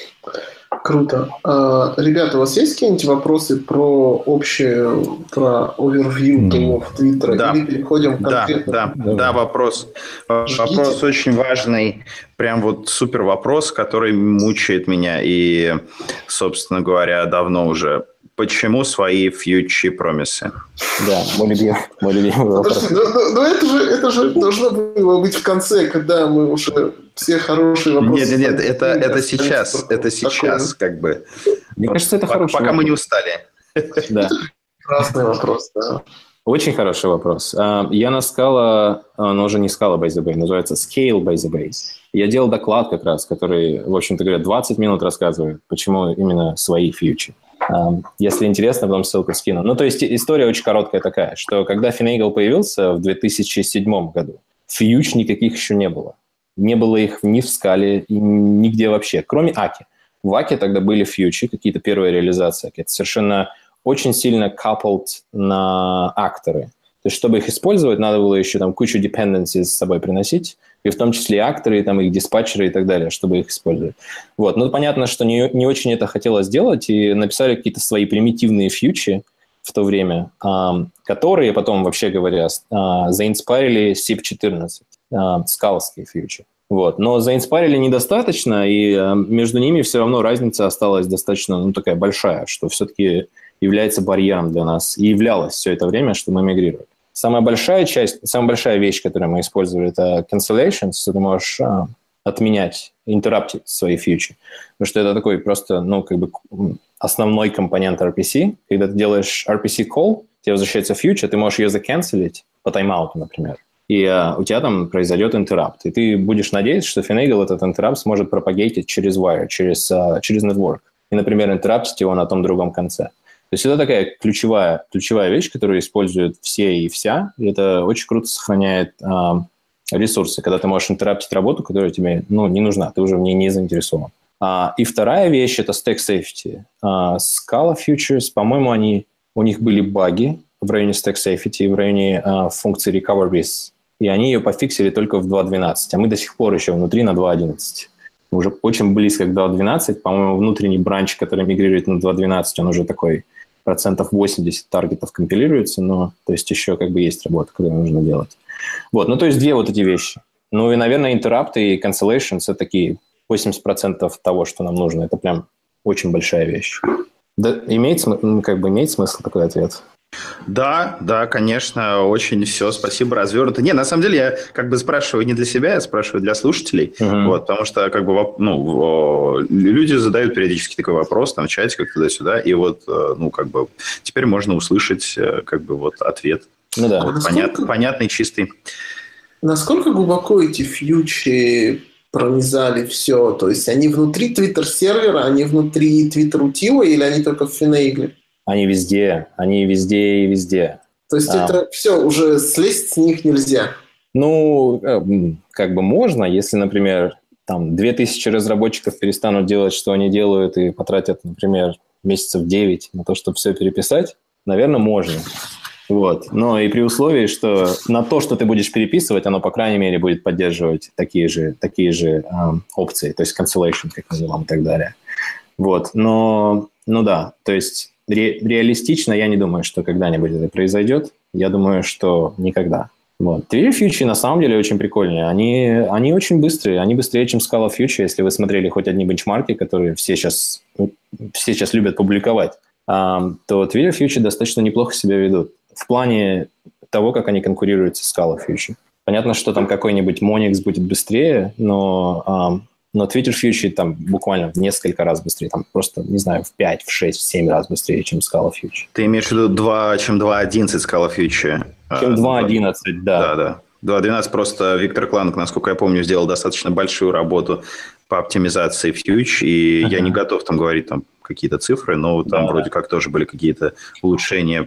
Круто. А, ребята, у вас есть какие-нибудь вопросы про общее, про overview тулов Твиттера?
Да.
Или переходим
Да,
конкретно?
да, да, да, вопрос. Ждите. Вопрос очень важный. Прям вот супер вопрос, который мучает меня и, собственно говоря, давно уже. Почему свои фьючи промисы?
Да, мой любимый, мой любимый вопрос.
Подожди, но, но, но это, же, это же должно было быть в конце, когда мы уже все хорошие вопросы...
Нет, нет, нет, это, это сейчас, это сейчас как бы.
Мне кажется, это хороший
Пока
вопрос.
мы не устали.
Да.
Прекрасный вопрос, да.
Очень хороший вопрос. Я на Scala, но уже не Scala by the Bay, называется Scale by the Bay. Я делал доклад как раз, который, в общем-то говоря, двадцать минут рассказывает, почему именно свои фьючи. Если интересно, потом ссылку скину. Ну, то есть история очень короткая такая, что когда Finagle появился в две тысячи седьмом году, фьюч никаких еще не было. Не было их ни в Scala, нигде вообще, кроме Аки. В Аки тогда были фьючи, какие-то первые реализации. Это совершенно очень сильно coupled на акторы. То есть, чтобы их использовать, надо было еще там кучу dependencies с собой приносить, и в том числе акторы, там, их диспатчеры и так далее, чтобы их использовать. Вот. Ну, понятно, что не, не очень это хотелось сделать, и написали какие-то свои примитивные фьючи в то время, э, которые потом, вообще говоря, э, заинспарили сип четырнадцать, э, скаловские фьючи. Вот. Но заинспарили недостаточно, и э, между ними все равно разница осталась достаточно, ну, такая большая, что все-таки является барьером для нас, и являлось все это время, что мы мигрируем. Самая большая часть, самая большая вещь, которую мы использовали, это cancellations. Ты можешь а, отменять, интерраптить свои фьючи. Потому что это такой просто, ну, как бы основной компонент ар пи си. Когда ты делаешь ар пи си call, тебе возвращается фьюча, ты можешь ее заканцелить по тайм-ауту, например. и а, у тебя там произойдет интеррапт. И ты будешь надеяться, что Finagle этот интеррапт сможет пропагейтить через wire, через, а, через network. И, например, интерраптить его на том другом конце. То есть это такая ключевая, ключевая вещь, которую используют все и вся. И это очень круто сохраняет а, ресурсы, когда ты можешь интерраптить работу, которая тебе ну, не нужна, ты уже в ней не заинтересован. А, и вторая вещь – это stack safety. А, Scala Futures, по-моему, они, у них были баги в районе stack safety, в районе а, функции recover with. И они ее пофиксили только в два точка двенадцать, а мы до сих пор еще внутри на два точка одиннадцать. Уже очень близко к два точка двенадцать. По-моему, внутренний бранч, который мигрирует на два точка двенадцать, он уже такой процентов восемьдесят таргетов компилируется, но то есть еще как бы есть работа, которую нужно делать. Вот, ну то есть две вот эти вещи. Ну и, наверное, интеррапты и cancellations – это такие восемьдесят процентов того, что нам нужно. Это прям очень большая вещь. Да, имеет, см- как бы имеет смысл такой ответ?
Да, да, конечно, очень все, спасибо, развернуто. Не, на самом деле я как бы спрашиваю не для себя, я спрашиваю для слушателей, uh-huh. вот, потому что как бы ну, люди задают периодически такой вопрос там в чате, как туда-сюда, и вот, ну, как бы теперь можно услышать как бы вот ответ.
Ну да.
Вот,
насколько,
понят, понятный, чистый.
Насколько глубоко эти фьючи пронизали все? То есть они внутри Twitter-сервера, они внутри Twitter-утила или они только в Finagle?
Они везде, они везде и везде.
То есть
а,
это все, уже слезть с них нельзя?
Ну, как бы можно, если, например, там две тысячи разработчиков перестанут делать, что они делают, и потратят, например, месяцев девять на то, чтобы все переписать, наверное, можно. Вот. Но и при условии, что на то, что ты будешь переписывать, оно, по крайней мере, будет поддерживать такие же, такие же э, опции, то есть cancellation, как называем, и так далее. Вот. Но, ну да, то есть ре- реалистично я не думаю, что когда-нибудь это произойдет. Я думаю, что никогда. Вот. Twitter Future на самом деле очень прикольные. Они, они очень быстрые. Они быстрее, чем Scala Future. Если вы смотрели хоть одни бенчмарки, которые все сейчас, все сейчас любят публиковать, то Twitter Future достаточно неплохо себя ведут. В плане того, как они конкурируют с Scala Future. Понятно, что там какой-нибудь Monix будет быстрее, но, но Twitter Future там буквально в несколько раз быстрее. Там просто, не знаю, в пять, в шесть, в семь раз быстрее, чем Scala Future.
Ты имеешь в виду два, чем два точка одиннадцать Scala Future?
Чем два точка одиннадцать, да.
Да, да. два точка двенадцать просто Виктор Кланг, насколько я помню, сделал достаточно большую работу по оптимизации Future, и uh-huh. я не готов там говорить там какие-то цифры, но там да, вроде да. как тоже были какие-то улучшения.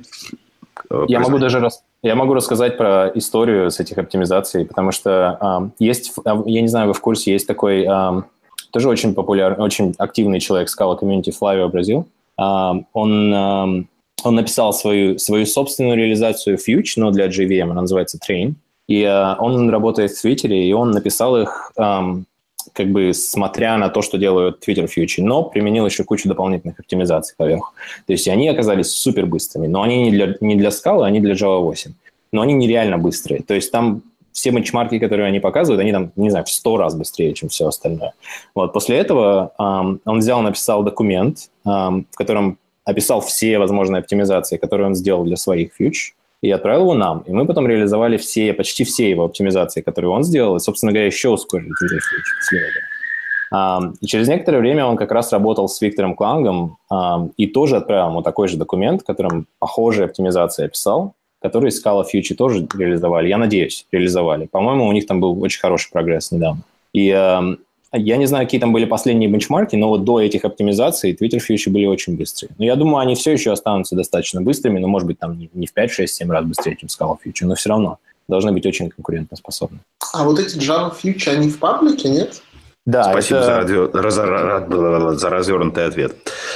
Я могу даже рас... я могу рассказать про историю с этих оптимизаций, потому что э, есть, я не знаю, вы в курсе, есть такой э, тоже очень популярный, очень активный человек Scala Community Flavio Brazil. Э, он, э, он написал свою, свою собственную реализацию Future, но для джей ви эм, она называется Train. И э, он работает в Твиттере, и он написал их э, как бы смотря на то, что делают Twitter Future, но применил еще кучу дополнительных оптимизаций поверху. То есть они оказались супер быстрыми, но они не для, не для Scala, они для Java восемь. Но они нереально быстрые. То есть там все бенчмарки, которые они показывают, они там, не знаю, в сто раз быстрее, чем все остальное. Вот. После этого эм, он взял, написал документ, эм, в котором описал все возможные оптимизации, которые он сделал для своих фьюч, и отправил его нам. И мы потом реализовали все, почти все его оптимизации, которые он сделал, и, собственно говоря, еще ускорили Twitter Future после этого. Um, и через некоторое время он как раз работал с Виктором Клангом um, и тоже отправил ему такой же документ, в котором похожие оптимизации описал, которые Scala Future тоже реализовали. Я надеюсь, реализовали. По-моему, у них там был очень хороший прогресс недавно. И um, я не знаю, какие там были последние бенчмарки, но вот до этих оптимизаций Twitter Future были очень быстрые. Но я думаю, они все еще останутся достаточно быстрыми, но, может быть, там не в пять, шесть, семь раз быстрее, чем Scala Future, но все равно должны быть очень конкурентоспособны.
А вот эти Java Future, они в паблике, нет?
Да, спасибо это... за, радио, за, за развернутый ответ.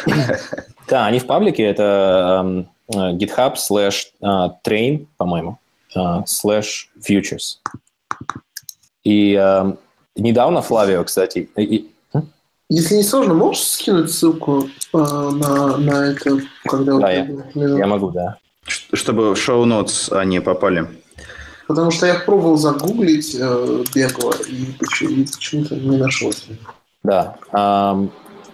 Да, они в паблике. Это uh, GitHub slash uh, train, по-моему, uh, slash futures. И uh, недавно Флавио, кстати... И...
Если не сложно, можешь скинуть ссылку uh, на, на это? Когда
да, я, я могу, да.
Чтобы в шоу-нотс они попали.
Потому что я пробовал загуглить э, бегло и почему-то не нашелся.
Да. Um,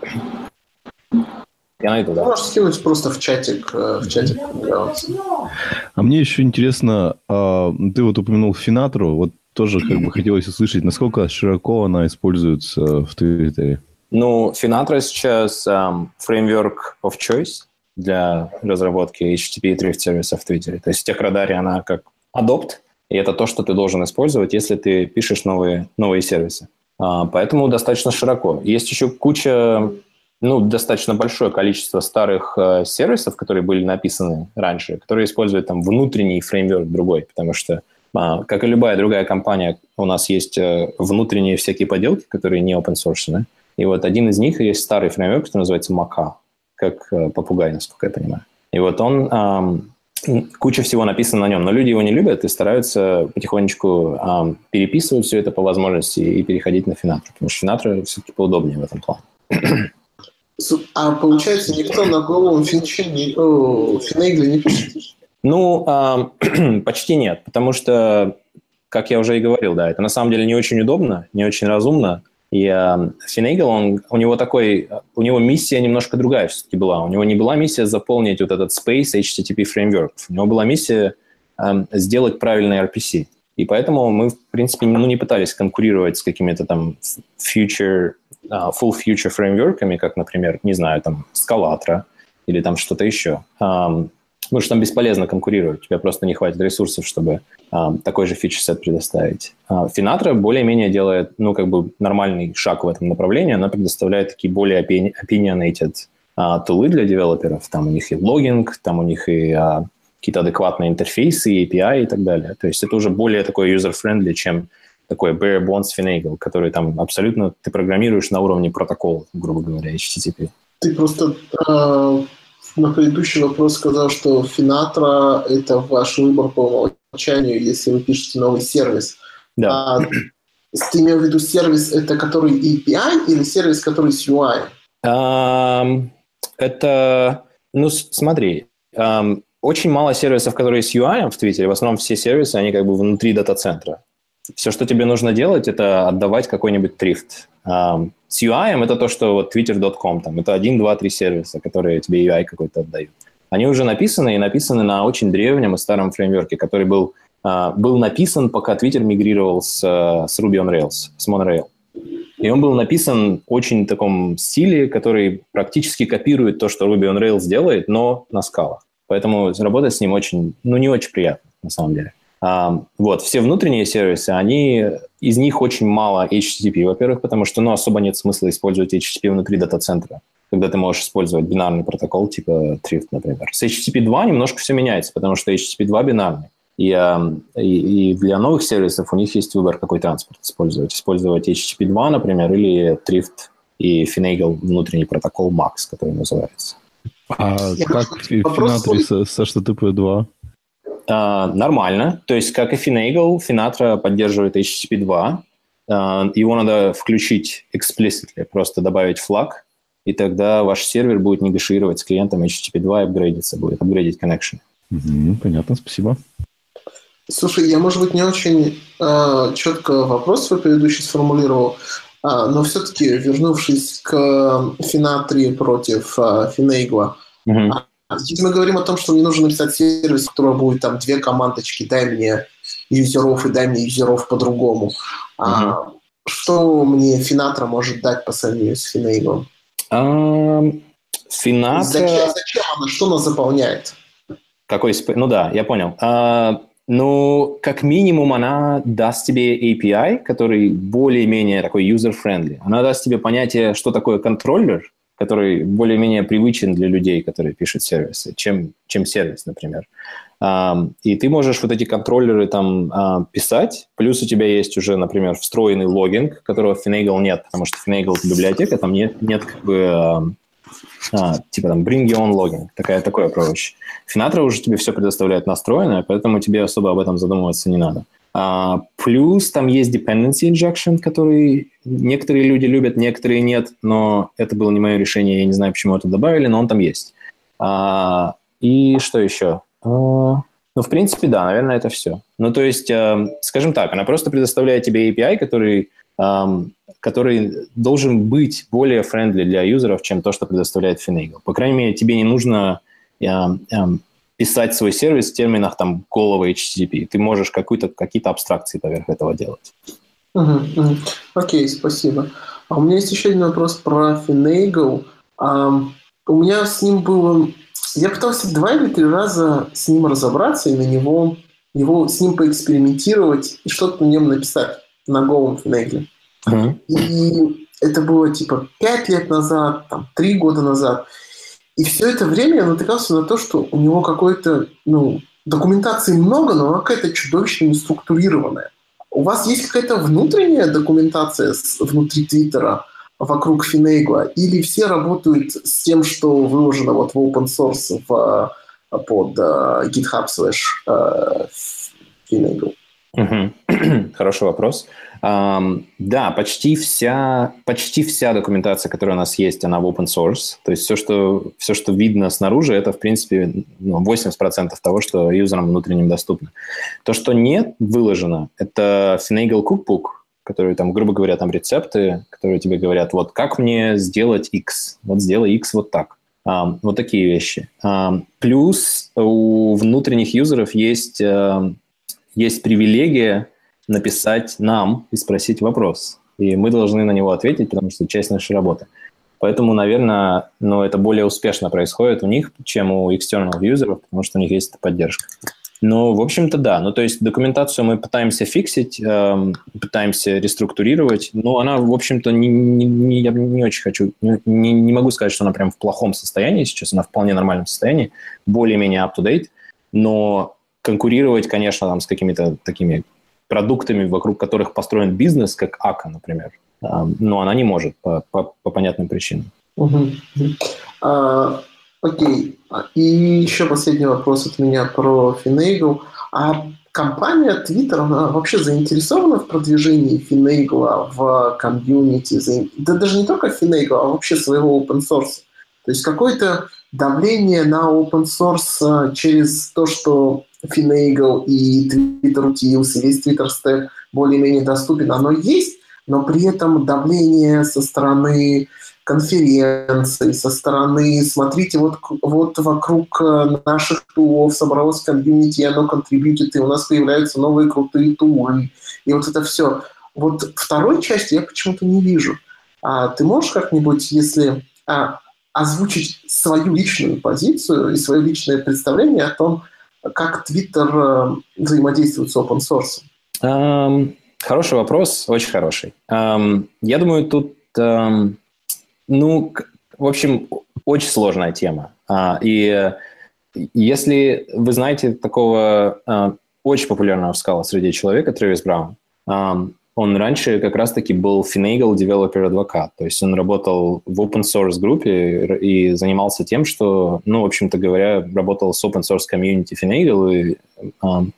я найду, да.
Можешь скинуть просто в чатик. Э, в чатик
а мне еще интересно, э, ты вот упомянул Финатру, вот тоже как бы хотелось услышать, насколько широко она используется в Твиттере.
Ну, Finatra сейчас um, framework of choice для разработки эйч ти ти пи и Thrift сервисов в Твиттере. То есть в Техрадаре она как Adopt, И это то, что ты должен использовать, если ты пишешь новые, новые сервисы. А, поэтому достаточно широко. Есть еще куча, ну, достаточно большое количество старых э, сервисов, которые были написаны раньше, которые используют там внутренний фреймворк другой, потому что, а, как и любая другая компания, у нас есть э, внутренние всякие поделки, которые не open source, да? И вот один из них есть старый фреймворк, который называется Мака, как э, попугай, насколько я понимаю. И вот он... Э, куча всего написано на нем, но люди его не любят и стараются потихонечку э, переписывать все это по возможности и переходить на Finatra, потому что Finatra все-таки поудобнее в этом плане.
А получается, никто на голом финче, Finagle'е не пишет?
Ну, э, почти нет, потому что, как я уже и говорил, да, это на самом деле не очень удобно, не очень разумно. И э, Finagle, он, у него такой, у него миссия немножко другая все-таки была. У него не была миссия заполнить вот этот space эйч ти ти пи фреймворк. У него была миссия э, сделать правильный ар пи си. И поэтому мы, в принципе, ну, не пытались конкурировать с какими-то там future, uh, full future фреймворками, как, например, не знаю, там, Scalatra или там что-то еще. Um, Потому что там бесполезно конкурировать, у тебя просто не хватит ресурсов, чтобы а, такой же фичер-сет предоставить. А, Finatra более-менее делает, ну, как бы нормальный шаг в этом направлении. Она предоставляет такие более opinionated а, тулы для девелоперов. Там у них и логинг, там у них и а, какие-то адекватные интерфейсы, эй пи ай и так далее. То есть это уже более такой user-friendly, чем такой bare bones Finagle, который там абсолютно ты программируешь на уровне протокола, грубо говоря, эйч ти ти пи.
Ты просто... А... На предыдущий вопрос сказал, что Finatra – это ваш выбор по умолчанию, если вы пишете новый сервис.
Да.
А ты имел в виду сервис, это который эй пи ай или сервис, который с ю ай?
Um, это, ну, смотри, um, очень мало сервисов, которые с ю ай в Твиттере. В основном все сервисы, они как бы внутри дата-центра. Все, что тебе нужно делать, это отдавать какой-нибудь трифт. Um, с ю ай это то, что вот twitter точка com, там, это один, два, три сервиса, которые тебе ю ай какой-то отдают. Они уже написаны и написаны на очень древнем и старом фреймворке, который был, uh, был написан, пока Twitter мигрировал с, uh, с Ruby on Rails, с Monorail. И он был написан в очень таком стиле, который практически копирует то, что Ruby on Rails делает, но на скалах. Поэтому работать с ним очень, ну, не очень приятно, на самом деле. Uh, вот, все внутренние сервисы, они, из них очень мало эйч ти ти пи, во-первых, потому что, ну, особо нет смысла использовать эйч ти ти пи внутри дата-центра, когда ты можешь использовать бинарный протокол типа Thrift, например. С эйч ти ти пи два немножко все меняется, потому что эйч ти ти пи два бинарный. И, uh, и, и для новых сервисов у них есть выбор, какой транспорт использовать. Использовать эйч ти ти пи два, например, или Thrift и Finagle внутренний протокол Max, который называется.
А Я как в Finatra со, со эйч ти ти пи два?
Uh, нормально. То есть, как и Finagle, Finatra поддерживает эйч ти ти пи два. Uh, его надо включить explicitly, просто добавить флаг, и тогда ваш сервер будет негашировать с клиентом эйч ти ти пи два и апгрейдиться, будет апгрейдить connection.
Mm-hmm, понятно, спасибо.
Слушай, я, может быть, не очень э, четко вопрос свой предыдущий сформулировал, э, но все-таки, вернувшись к Finatra против э, Finagle, mm-hmm. Если мы говорим о том, что мне нужно написать сервис, у которого будет там две командочки, дай мне юзеров и дай мне юзеров по-другому, mm-hmm. а, что мне Finatra может дать по сравнению с Finagle?
Um, Finatra...
Зачем, зачем она? Что она заполняет?
Какой... Ну да, я понял. Uh, ну, как минимум, она даст тебе эй пи ай, который более-менее такой user-friendly. Она даст тебе понятие, что такое контроллер, который более-менее привычен для людей, которые пишут сервисы, чем, чем сервис, например. Um, и ты можешь вот эти контроллеры там uh, писать, плюс у тебя есть уже, например, встроенный логинг, которого в Finagle нет, потому что Finagle – это библиотека, там нет, нет как бы, uh, uh, типа там bring your own logging, такая, такой approach. Finatra уже тебе все предоставляет настроенное, поэтому тебе особо об этом задумываться не надо. Uh, плюс там есть dependency injection, который некоторые люди любят, некоторые нет, но это было не мое решение, я не знаю, почему это добавили, но он там есть. Uh, и что еще? Uh, ну, в принципе, да, наверное, это все. Ну, то есть, uh, скажем так, она просто предоставляет тебе эй пи ай, который, um, который должен быть более friendly для юзеров, чем то, что предоставляет Finagle. По крайней мере, тебе не нужно... Uh, um, писать свой сервис в терминах там голого эйч ти ти пи. Ты можешь какую-то, какие-то абстракции поверх этого делать.
Угу, угу. Окей, спасибо. А у меня есть еще один вопрос про Finagle. А, у меня с ним было... Я пытался два или три раза с ним разобраться и на него его, с ним поэкспериментировать и что-то на нем написать на голом Finagle. Mm-hmm. И это было типа пять лет назад, там, три года назад. И все это время я натыкался на то, что у него какой-то, ну, документации много, но она какая-то чудовищно неструктурированная. У вас есть какая-то внутренняя документация с, внутри Твиттера вокруг Finagle? Или все работают с тем, что выложено вот в open source в, под uh, GitHub slash uh, Finagle?
Угу. Хороший вопрос. Um, да, почти вся, почти вся документация, которая у нас есть, она в open source. То есть все, что, все, что видно снаружи, это, в принципе, ну, восемьдесят процентов того, что юзерам внутренним доступно. То, что не выложено, это Finagle Cookbook, который, там, грубо говоря, там рецепты, которые тебе говорят, вот как мне сделать X, вот сделай X вот так. Um, вот такие вещи. Um, плюс у внутренних юзеров есть... Uh, Есть привилегия написать нам и спросить вопрос. И мы должны на него ответить, потому что это часть нашей работы. Поэтому, наверное, ну, это более успешно происходит у них, чем у external юзеров, потому что у них есть эта поддержка. Ну, в общем-то, да. Ну, то есть документацию мы пытаемся фиксить, эм, пытаемся реструктурировать, но она, в общем-то, не, не, не, я не очень хочу, не, не могу сказать, что она прям в плохом состоянии сейчас, она в вполне нормальном состоянии, более-менее up-to-date, но... конкурировать, конечно, там, с какими-то такими продуктами, вокруг которых построен бизнес, как Ака, например. Но она не может по, по, по понятным причинам.
Угу. А, окей. И еще последний вопрос от меня про Finagle. А компания Twitter, она вообще заинтересована в продвижении Finagle в комьюнити? Да даже не только Finagle, а вообще своего open source. То есть какое-то давление на open source через то, что Finagle и Twitter Utils, и весь Twitter Stack более-менее доступен, оно есть, но при этом давление со стороны конференций, со стороны, смотрите, вот, вот вокруг наших тулов собралось комьюнити, оно контрибьютит, и у нас появляются новые крутые тулы, и вот это все. Вот второй части я почему-то не вижу. А ты можешь как-нибудь, если а, озвучить свою личную позицию и свое личное представление о том, как Twitter э, взаимодействует с open source?
Um, хороший вопрос, очень хороший. Um, я думаю, тут, um, ну, в общем, очень сложная тема. Uh, и если вы знаете такого uh, очень популярного в Scala среди человека, Трэвис Браун, um, он раньше как раз-таки был Finagle Developer Advocate, то есть он работал в open source группе и занимался тем, что, ну, в общем-то говоря, работал с open source community Finagle и um,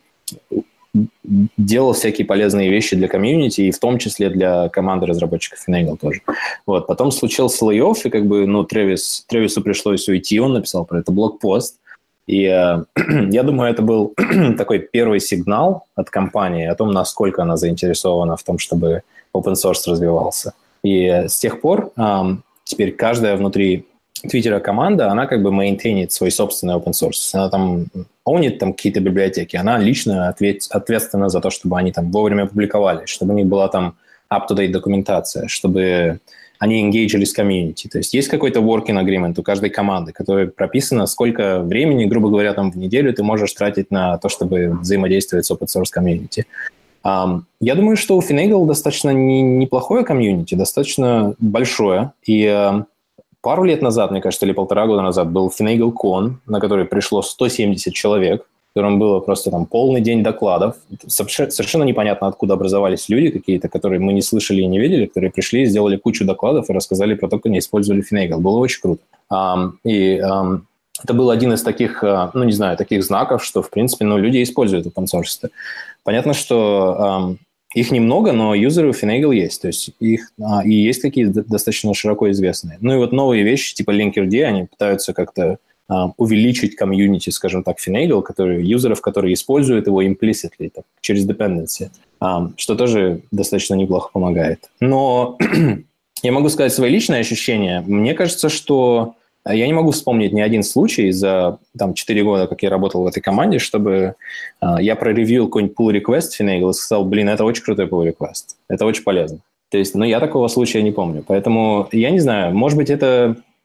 делал всякие полезные вещи для комьюнити, и в том числе для команды разработчиков Finagle тоже. Вот. Потом случился лей-офф, и как бы, ну, Трэвис, Трэвису пришлось уйти, он написал про это блогпост. И э, я думаю, это был такой первый сигнал от компании о том, насколько она заинтересована в том, чтобы open source развивался. И с тех пор э, теперь каждая внутри Твиттера команда, она как бы мейнтейнит свой собственный open source. Она там оунит там какие-то библиотеки, она лично ответ, ответственна за то, чтобы они там вовремя публиковались, чтобы у них была там up-to-date документация, чтобы они engagили с комьюнити. То есть есть какой-то working agreement у каждой команды, которая прописано, сколько времени, грубо говоря, там в неделю ты можешь тратить на то, чтобы взаимодействовать с open source комьюнити. Um, я думаю, что у Finagle достаточно не, неплохое комьюнити, достаточно большое. И uh, пару лет назад, мне кажется, или полтора года назад был FinagleCon, на который пришло сто семьдесят человек, в котором было просто там полный день докладов. Совершенно непонятно, откуда образовались люди какие-то, которые мы не слышали и не видели, которые пришли, сделали кучу докладов и рассказали про то, как они использовали Finagle. Было очень круто. Um, и um, это был один из таких, ну, не знаю, таких знаков, что, в принципе, ну, люди используют open source. Понятно, что um, их немного, но юзеры у Finagle есть. То есть их uh, и есть какие-то достаточно широко известные. Ну и вот новые вещи, типа Linkerd, они пытаются как-то Uh, увеличить комьюнити, скажем так, Finagle, которые, юзеров, которые используют его implicitly, так, через dependency, um, что тоже достаточно неплохо помогает. Но я могу сказать свои личные ощущения. Мне кажется, что я не могу вспомнить ни один случай за там, четыре года, как я работал в этой команде, чтобы uh, я проревьюил какой-нибудь pull request Finagle и сказал, блин, это очень крутой pull request, это очень полезно. То есть, ну, я такого случая не помню. Поэтому я не знаю, может быть, это...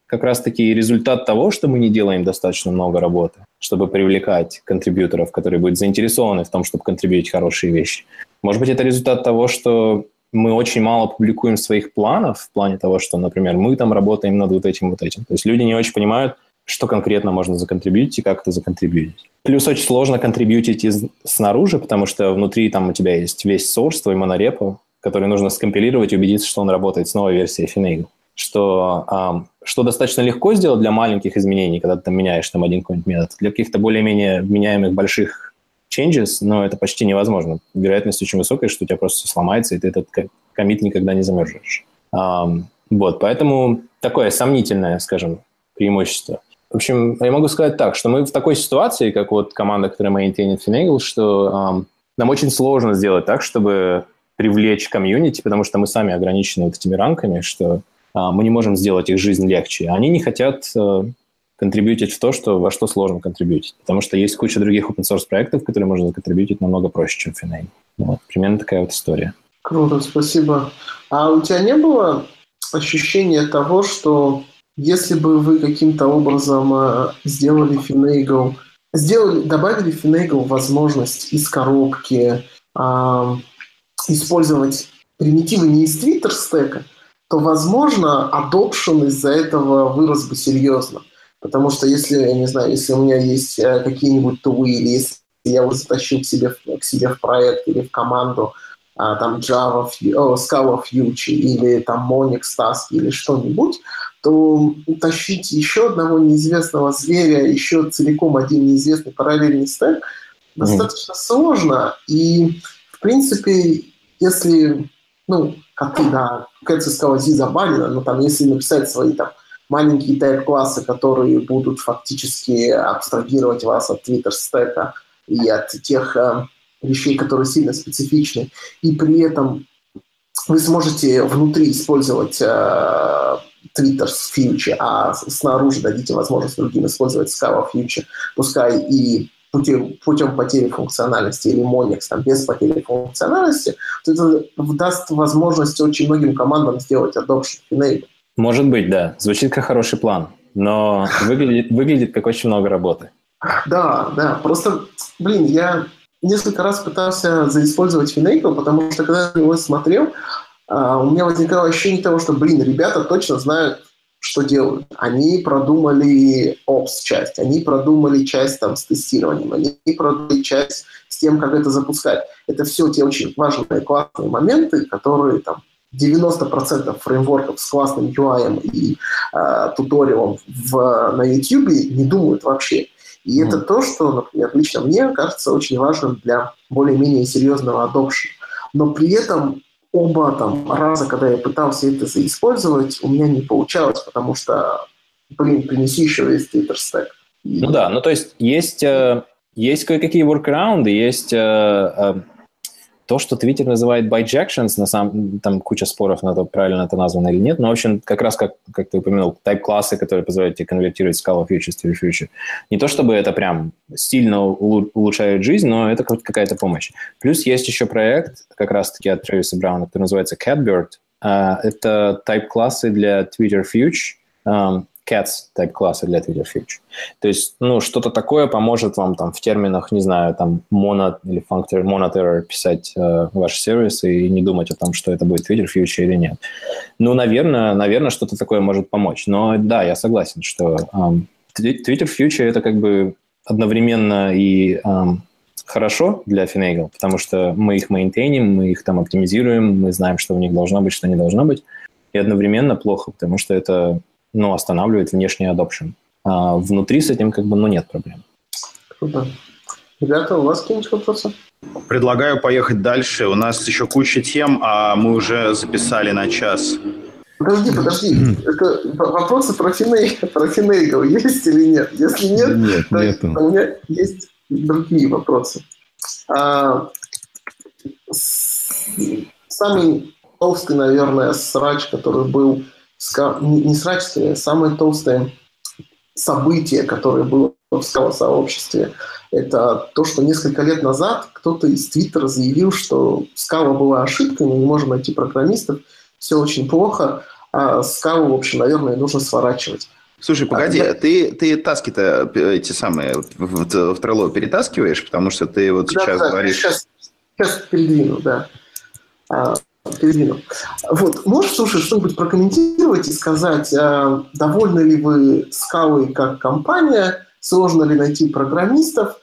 как раз-таки результат того, что мы не делаем достаточно много работы, чтобы привлекать контрибьюторов, которые будут заинтересованы в том, чтобы контрибьютить хорошие вещи. Может быть, это результат того, что мы очень мало публикуем своих планов в плане того, что, например, мы там работаем над вот этим, вот этим. То есть люди не очень понимают, что конкретно можно законтрибьютить и как это законтрибьютить. Плюс очень сложно контрибьютить из, снаружи, потому что внутри там у тебя есть весь source, твой монорепо, который нужно скомпилировать и убедиться, что он работает с новой версией Finagle. Что, um, что достаточно легко сделать для маленьких изменений, когда ты там меняешь там один какой-нибудь метод. Для каких-то более-менее вменяемых больших changes, но это почти невозможно. Вероятность очень высокая, что у тебя просто все сломается, и ты этот коммит никогда не замержишь. Um, вот, поэтому такое сомнительное, скажем, преимущество. В общем, я могу сказать так, что мы в такой ситуации, как вот команда, которая maintainит Finagle, что um, нам очень сложно сделать так, чтобы привлечь комьюнити, потому что мы сами ограничены вот этими ранками, что uh, мы не можем сделать их жизнь легче. Они не хотят uh, контрибьютить в то, что, во что сложно контрибьютить, потому что есть куча других open-source проектов, которые можно законтрибьютить намного проще, чем Finagle. Вот, примерно такая вот история.
Круто, спасибо. А у тебя не было ощущения того, что если бы вы каким-то образом э, сделали Finagle, сделали, добавили Finagle возможность из коробки э, использовать примитивы не из Twitter стека, то, возможно, adoption из-за этого вырос бы серьезно. Потому что если, я не знаю, если у меня есть э, какие-нибудь тулы, или если я его затащил к себе, к себе в проект или в команду, а, там Java, о, Scala Future или там Monix Task или что-нибудь, то тащить еще одного неизвестного зверя, еще целиком один неизвестный параллельный стек mm-hmm. достаточно сложно. И, в принципе, если, ну, как и да, Кэтси сказала, Зи забанена, но там, если написать свои там маленькие тайп-классы, которые будут фактически абстрагировать вас от Twitter-стека и от тех э, вещей, которые сильно специфичны, и при этом вы сможете внутри использовать э, Twitter Future, а снаружи дадите возможность другим использовать Scala Future, пускай и путем, путем потери функциональности или Monix там, без потери функциональности, то это даст возможность очень многим командам сделать adoption Finagle.
Может быть, да. Звучит как хороший план, но выглядит, выглядит как очень много работы.
Да, да. Просто, блин, я несколько раз пытался заиспользовать Finagle, потому что, когда я его смотрел, Uh, у меня возникало ощущение того, что, блин, ребята точно знают, что делают. Они продумали опс-часть, они продумали часть там, с тестированием, они продумали часть с тем, как это запускать. Это все те очень важные, классные моменты, которые там девяносто процентов фреймворков с классным ю ай и uh, туториалом в, на YouTube не думают вообще. И mm. это то, что, например, лично мне кажется очень важным для более-менее серьезного adoption. Но при этом оба там раза, когда я пытался это заиспользовать, у меня не получалось, потому что, блин, принеси еще весь Twitter stack. И...
Ну да, ну то есть есть, э, есть кое-какие workarounds, есть э, э, то, что Twitter называет bijections, на самом там куча споров на то, правильно это названо или нет, но, в общем, как раз, как, как ты упомянул, type-классы, которые позволяют тебе конвертировать Scala Future в Twitter Future. Не то, чтобы это прям сильно улучшает жизнь, но это какая-то помощь. Плюс есть еще проект, как раз-таки от Трэвиса Брауна, который называется Catbird. Это type-классы для Twitter Future, Cats type-классы для Twitter Future. То есть, ну, что-то такое поможет вам там в терминах, не знаю, там, mono или functor, monitor писать э, ваши сервисы и не думать о том, что это будет Twitter Future или нет. Ну, наверное, наверное, что-то такое может помочь. Но да, я согласен, что эм, Twitter Future это как бы одновременно и эм, хорошо для Finagle, потому что мы их мейнтейним, мы их там оптимизируем, мы знаем, что у них должно быть, что не должно быть. И одновременно плохо, потому что это ну, останавливает внешний adoption. А внутри с этим как бы, ну, нет проблем.
Круто. Ребята, у вас какие-нибудь вопросы?
Предлагаю поехать дальше. У нас еще куча тем, а мы уже записали на час.
Подожди, подожди. Это вопросы про Finagle, про Finagle есть или нет? Если нет,
нет
то,
нету.
то у меня есть другие вопросы. А, с, самый толстый, наверное, срач, который был не срач, а самое толстое событие, которое было в Scala-сообществе, это то, что несколько лет назад кто-то из Твиттера заявил, что Scala была ошибкой, мы не можем найти программистов, все очень плохо, а Scala, в общем, наверное, нужно сворачивать.
Слушай, погоди, а, ты, ты таски-то эти самые в, в, в Trello перетаскиваешь, потому что ты вот да, сейчас
да,
говоришь...
Сейчас, сейчас передвину, да. А, передвину. Вот, можешь, слушай, что-нибудь прокомментировать и сказать, а, довольны ли вы Scala как компания, сложно ли найти программистов,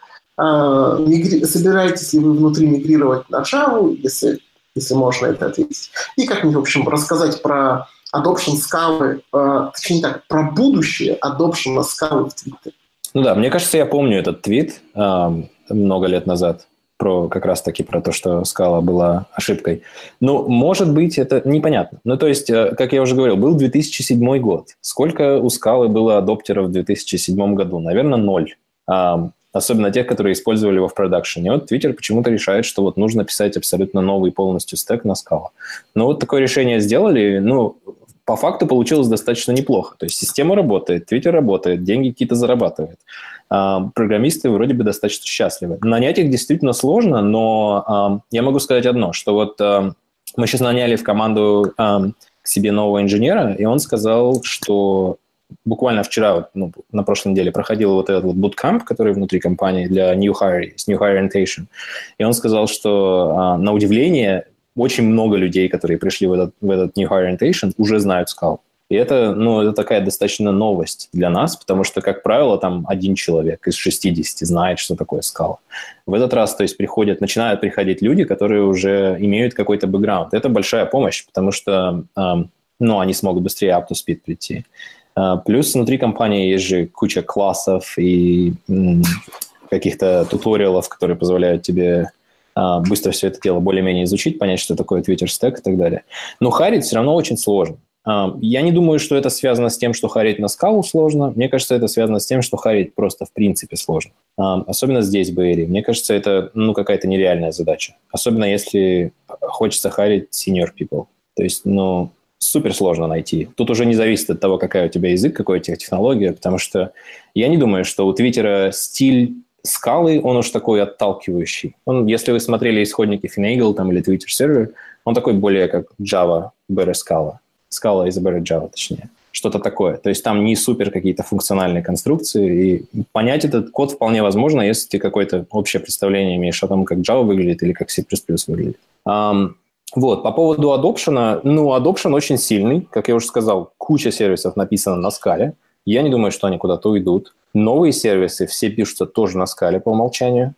а, мигри... собираетесь ли вы внутри мигрировать на Java, если, если можно это ответить. И как-нибудь, в общем, рассказать про adoption Scala, а, точнее так, про будущее adoption Scala в Твиттере.
Ну да, мне кажется, я помню этот твит а, много лет назад. Про, как раз-таки про то, что Scala была ошибкой. Ну, может быть, это непонятно. Ну, то есть, как я уже говорил, был две тысячи седьмой год. Сколько у Scala было адоптеров в две тысячи седьмом году? Наверное, ноль. А, особенно тех, которые использовали его в продакшене. Вот Twitter почему-то решает, что вот нужно писать абсолютно новый полностью стэк на Scala. Но вот такое решение сделали, ну, по факту получилось достаточно неплохо. То есть система работает, Twitter работает, деньги какие-то зарабатывает. А, программисты вроде бы достаточно счастливы. Нанять их действительно сложно, но а, я могу сказать одно, что вот а, мы сейчас наняли в команду а, к себе нового инженера, и он сказал, что буквально вчера, ну, на прошлой неделе проходил вот этот вот bootcamp, который внутри компании для new hire, new hire orientation, и он сказал, что а, на удивление очень много людей, которые пришли в этот, в этот New Hire Orientation, уже знают Scala. И это, ну, это такая достаточно новость для нас, потому что, как правило, там один человек из шестидесяти знает, что такое Scala. В этот раз, то есть, приходят, начинают приходить люди, которые уже имеют какой-то бэкграунд. Это большая помощь, потому что, эм, ну, они смогут быстрее up to speed прийти. Э, плюс внутри компании есть же куча классов и м, каких-то туториалов, которые позволяют тебе быстро все это дело более-менее изучить, понять, что такое Twitter Stack и так далее. Но харить все равно очень сложно. Я не думаю, что это связано с тем, что харить на Scala сложно. Мне кажется, это связано с тем, что харить просто в принципе сложно. Особенно здесь, в Bay Area. Мне кажется, это ну, какая-то нереальная задача. Особенно если хочется харить senior people. То есть, ну, супер сложно найти. Тут уже не зависит от того, какая у тебя язык, какая у тебя технология, потому что я не думаю, что у Твиттера стиль Scala, он уж такой отталкивающий. Он, если вы смотрели исходники Finagle там, или Twitter Server, он такой более как Java, better Scala. Scala is better Java, точнее. Что-то такое. То есть там не супер какие-то функциональные конструкции. И понять этот код вполне возможно, если ты какое-то общее представление имеешь о том, как Java выглядит или как C++ выглядит. Um, вот. По поводу adoption. Ну, adoption очень сильный. Как я уже сказал, куча сервисов написано на Scala. Я не думаю, что они куда-то уйдут. Новые сервисы все пишутся тоже на Scala по умолчанию.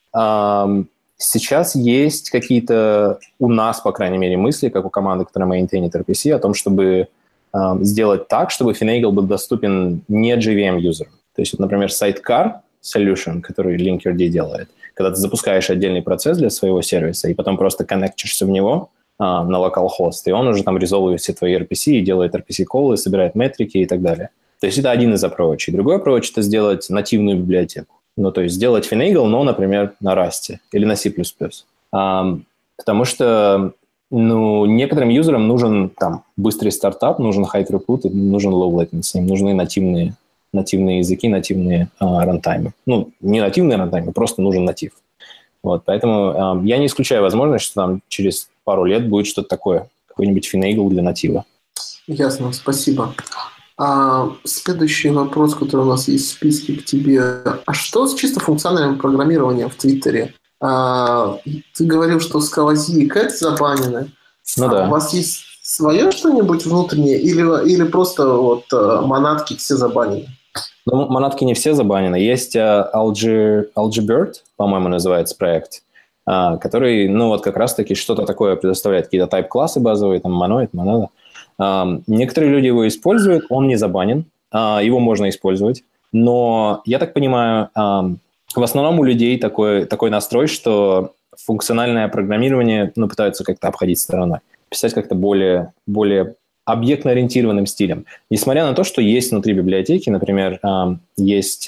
Сейчас есть какие-то у нас, по крайней мере, мысли, как у команды, которая мейнтейнит эр пи си, о том, чтобы сделать так, чтобы Finagle был доступен не джей ви эм-юзерам. То есть, вот, например, Sidecar Solution, который Linkerd делает, когда ты запускаешь отдельный процесс для своего сервиса и потом просто коннектишься в него а, на localhost, и он уже там резолвирует все твои эр пи си и делает эр пи си-колы, собирает метрики и так далее. То есть это один из approach. Другой approach – это сделать нативную библиотеку. Ну, то есть сделать Finagle, но, например, на Rust или на C++. А, потому что ну, некоторым юзерам нужен там, быстрый стартап, нужен high throughput, нужен low latency, им нужны нативные, нативные языки, нативные а, рантаймы. Ну, не нативные рантаймы, просто нужен натив. Вот, поэтому а, я не исключаю возможность, что там через пару лет будет что-то такое, какой-нибудь Finagle для натива.
Ясно, спасибо. А, следующий вопрос, который у нас есть в списке к тебе. А что с чисто функциональным программированием в Твиттере? А, ты говорил, что Scala-Z и Cat забанены.
Ну,
а
да.
У вас есть свое что-нибудь внутреннее? Или, или просто вот монадки все забанены?
Ну, монадки не все забанены. Есть uh, Algi, Algibird, по-моему, называется проект, uh, который, ну, вот как раз-таки что-то такое предоставляет. Какие-то тайп-классы базовые, там, моноид, монада. Uh, некоторые люди его используют, он не забанен, uh, его можно использовать. Но, я так понимаю, uh, в основном у людей такой, такой настрой, что функциональное программирование ну, пытаются как-то обходить стороной. Писать как-то более, более объектно-ориентированным стилем. Несмотря на то, что есть внутри библиотеки, например, есть,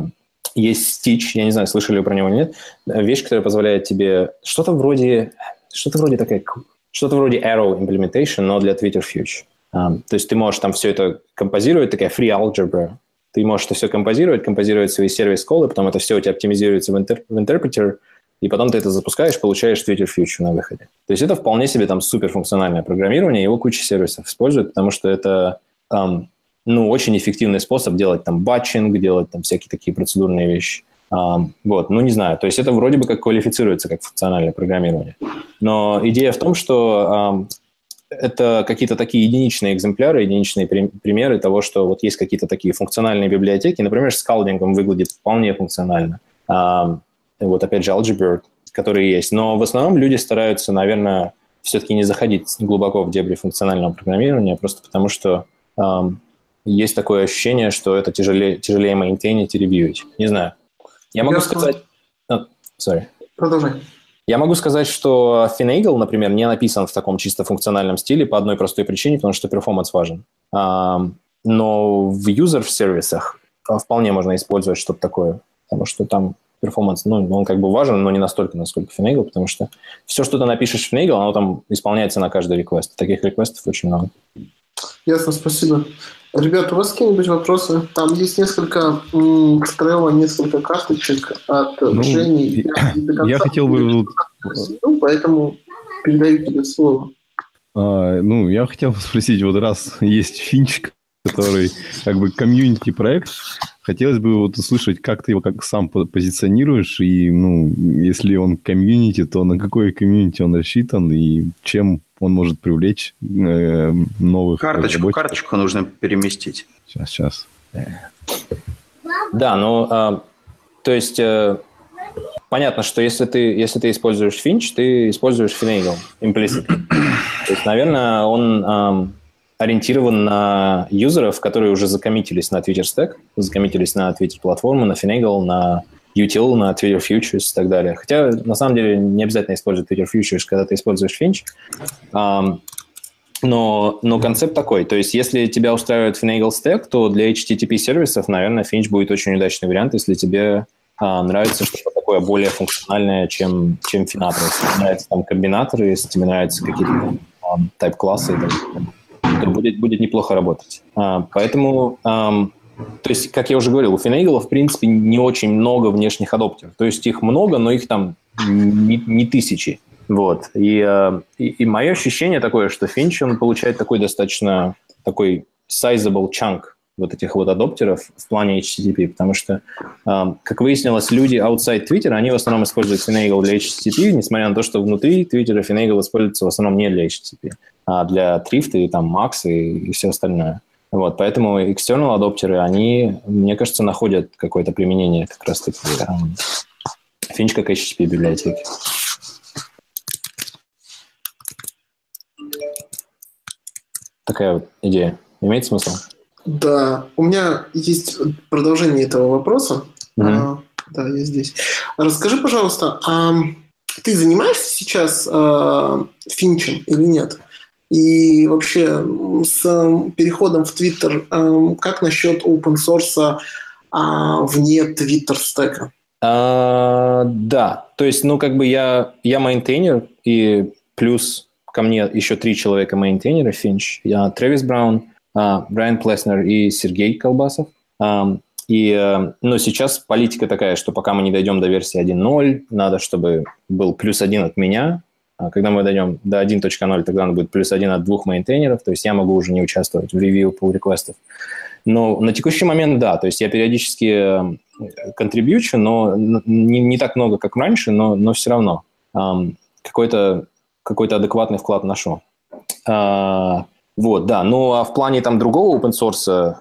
есть Stitch, я не знаю, слышали вы про него или нет, вещь, которая позволяет тебе что-то вроде, что-то вроде такая, что-то вроде Arrow implementation, но для Twitter Future. То есть ты можешь там все это композировать, такая free algebra. Ты можешь это все композировать, композировать свои сервис-колы, потом это все у тебя оптимизируется в, интер- в интерпретер, и потом ты это запускаешь, получаешь Twitter Future на выходе. То есть это вполне себе там суперфункциональное программирование, его куча сервисов используют, потому что это, эм, ну, очень эффективный способ делать там батчинг, делать там всякие такие процедурные вещи. Um, вот, ну, не знаю. То есть это вроде бы как квалифицируется как функциональное программирование. Но идея в том, что um, это какие-то такие единичные экземпляры, единичные при- примеры того, что вот есть какие-то такие функциональные библиотеки. Например, с скалдингом выглядит вполне функционально. Um, вот опять же Algebird, которые есть. Но в основном люди стараются, наверное, все-таки не заходить глубоко в дебри функционального программирования, просто потому что um, есть такое ощущение, что это тяжелее, тяжелее мейнтейнить и ревьюить. Не знаю. Я могу
Ясно.
сказать... Oh, sorry.
Продолжай.
Я могу сказать, что Finagle, например, не написан в таком чисто функциональном стиле по одной простой причине, потому что перформанс важен. Um, но в юзер-сервисах вполне можно использовать что-то такое, потому что там перформанс, ну, он как бы важен, но не настолько, насколько Finagle, потому что все, что ты напишешь в Finagle, оно там исполняется на каждый реквест. Таких реквестов очень много.
Ясно, спасибо. Ребята, у вас какие-нибудь вопросы? Там есть несколько м, скрыло несколько карточек от
Ну,
Жени.
я, я хотел бы...
Ну, поэтому передаю тебе слово.
А, ну, я хотел спросить, вот раз есть Финч, который как бы комьюнити-проект, хотелось бы вот услышать, как ты его как сам позиционируешь, и, ну, если он комьюнити, то на какое комьюнити он рассчитан, и чем он может привлечь э, новых
Карточку, карточку нужно переместить.
Сейчас, сейчас.
Да, ну, а, то есть, э, понятно, что если ты, если ты используешь Finch, ты используешь Finagle implicitly. То есть, наверное, он э, ориентирован на юзеров, которые уже закоммитились на Twitter Stack, закоммитились на Twitter платформу, на Finagle, на Util, на Twitter Futures и так далее. Хотя, на самом деле, не обязательно использовать Twitter Futures, когда ты используешь Finch. Um, но, но концепт такой. То есть, если тебя устраивает Finagle Stack, то для эйч ти ти пи-сервисов, наверное, Finch будет очень удачный вариант, если тебе uh, нравится что-то такое более функциональное, чем, чем Finator. Если тебе нравятся там комбинаторы, если тебе нравятся какие-то там um, type-классы, то будет, будет неплохо работать. Uh, поэтому... Um, То есть, как я уже говорил, у Finagle, в принципе, не очень много внешних адоптеров. То есть, их много, но их там не, не тысячи. Вот. И, и, и мое ощущение такое, что Finch, он получает такой достаточно такой sizable chunk вот этих вот адоптеров в плане эйч ти ти пи, потому что, как выяснилось, люди outside Twitter, они в основном используют Finagle для эйч ти ти пи, несмотря на то, что внутри Twitter Finagle используется в основном не для эйч ти ти пи, а для Thrift и там Max и, и все остальное. Вот, поэтому external адоптеры, они, мне кажется, находят какое-то применение как раз-таки Finch как эйч ти ти пи библиотеки. Такая вот идея. Имеет смысл?
Да, у меня есть продолжение этого вопроса.
Mm-hmm.
А, да, я здесь. Расскажи, пожалуйста, а ты занимаешься сейчас а, Финчем или нет? И вообще с переходом в Twitter, как насчет open source вне Twitter стека?
А, да, то есть, ну, как бы я, я мейнтейнер, и плюс ко мне еще три человека мейнтейнера Finch. Я Трэвис Браун, Брайан Плеснер и Сергей Колбасов. И, ну, сейчас политика такая, что пока мы не дойдем до версии один ноль, надо, чтобы был плюс один от меня. Когда мы дойдем до один точка ноль, тогда он будет плюс один от двух мейнтейнеров, то есть я могу уже не участвовать в ревью pull реквестов. Но на текущий момент, да, то есть я периодически контрибьючу, но не, не так много, как раньше, но, но все равно um, какой-то, какой-то адекватный вклад ношу. Uh, вот, да, ну а в плане там другого open source,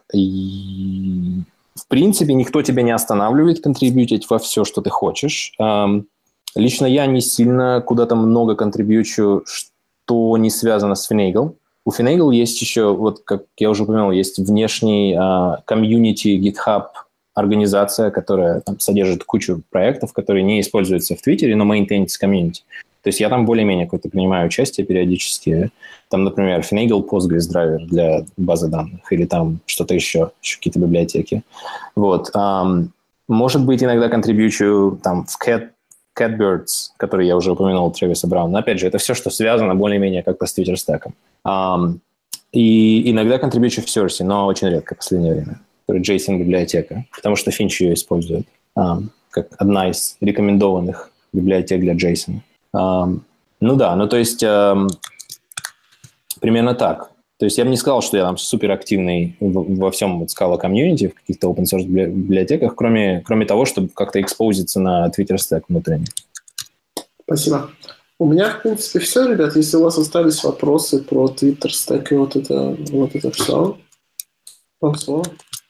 и, в принципе, никто тебя не останавливает контрибьютить во все, что ты хочешь. Um, Лично я не сильно куда-то много контрибьючу, что не связано с Finagle. У Finagle есть еще, вот как я уже упомянул, есть внешний комьюнити uh, GitHub организация, которая там содержит кучу проектов, которые не используются в Твиттере, но мейнтейнятся комьюнити. То есть я там более-менее какое-то принимаю участие периодически. Там, например, Finagle Postgres драйвер для базы данных или там что-то еще, еще какие-то библиотеки. Вот. Um, может быть, иногда контрибьючу там в Cat Catbirds, который я уже упомянул, Трэвиса Брауна. Опять же, это все, что связано более-менее как-то с Twitter стеком. Um, и иногда контрибьючу в Source, но очень редко в последнее время. JSON-библиотека, потому что Finch ее использует um, как одна из рекомендованных библиотек для JSON. Um, ну да, ну то есть um, примерно так. То есть я бы не сказал, что я там суперактивный во всем вот Scala комьюнити, в каких-то open source библиотеках, кроме, кроме того, чтобы как-то экспозиться на Twitter Stack внутренний.
Спасибо. У меня, в принципе, все, ребят. Если у вас остались вопросы про Twitter Stack и вот это, вот это все, вам слово.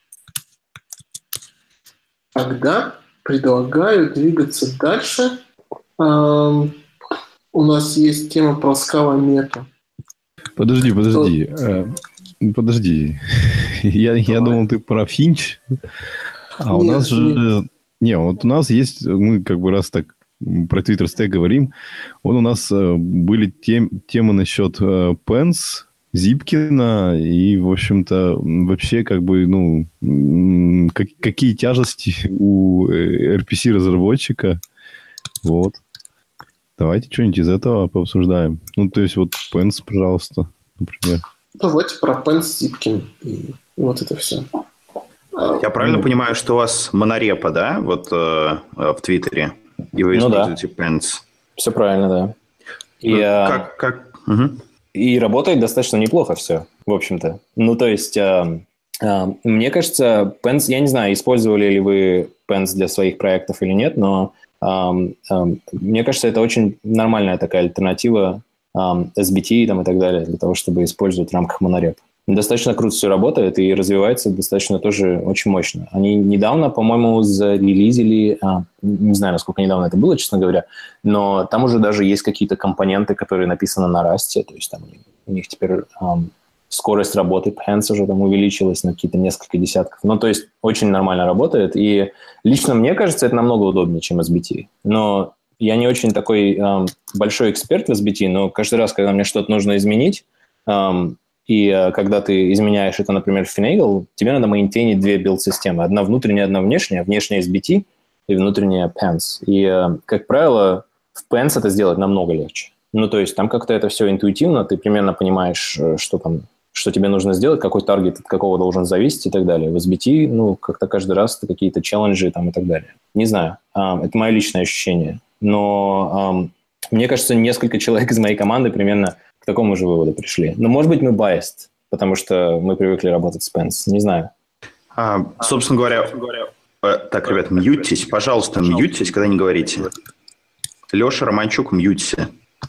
Тогда предлагаю двигаться дальше. Um, у нас есть тема про Scala Meta.
Подожди, подожди. Что? Подожди. Я, я думал, ты про Finch. А нет, у нас же... Нет. Не, вот у нас есть... Мы как бы раз так про Twitter Stack говорим. Вот у нас были тем, темы насчет Pence, Зипкина и, в общем-то, вообще как бы, ну... Как, какие тяжести у эр пи си-разработчика. Вот. Давайте что-нибудь из этого пообсуждаем. Ну, то есть, вот Pence, пожалуйста, например.
Давайте про Pence, Zipkin и вот это все.
Я правильно ну, понимаю, что у вас монорепа, да, вот э, в Твиттере, и вы используете ну, да. Pence?
Все правильно, да. И,
ну, как, как? Угу.
и работает достаточно неплохо все, в общем-то. Ну, то есть, э, э, мне кажется, Pence, я не знаю, использовали ли вы Pence для своих проектов или нет, но Um, um, мне кажется, это очень нормальная такая альтернатива um, эс би ти там, и так далее, для того, чтобы использовать в рамках монореп. Достаточно круто все работает и развивается достаточно тоже очень мощно. Они недавно, по-моему, зарелизили, а, не знаю, насколько недавно это было, честно говоря, но там уже даже есть какие-то компоненты, которые написаны на Rust, то есть там у них теперь... Um, скорость работы Pence уже там увеличилась на какие-то несколько десятков. Ну, то есть очень нормально работает. И лично мне кажется, это намного удобнее, чем эс би ти. Но я не очень такой эм, большой эксперт в эс би ти, но каждый раз, когда мне что-то нужно изменить, эм, и э, когда ты изменяешь это, например, в Finagle, тебе надо мейнтейнить две билд-системы. Одна внутренняя, одна внешняя. Внешняя эс би ти и внутренняя Pence. И, э, как правило, в Pence это сделать намного легче. Ну, то есть там как-то это все интуитивно, ты примерно понимаешь, что там что тебе нужно сделать, какой таргет от какого должен зависеть и так далее. В эс би ти, ну, как-то каждый раз это какие-то челленджи там и так далее. Не знаю, um, это мое личное ощущение. Но um, мне кажется, несколько человек из моей команды примерно к такому же выводу пришли. Но, может быть, мы biased, потому что мы привыкли работать с Pence. Не знаю.
А, собственно говоря, э, так, ребят, мьютьтесь, пожалуйста, мьютьтесь, когда не говорите. Леша Романчук, мьються.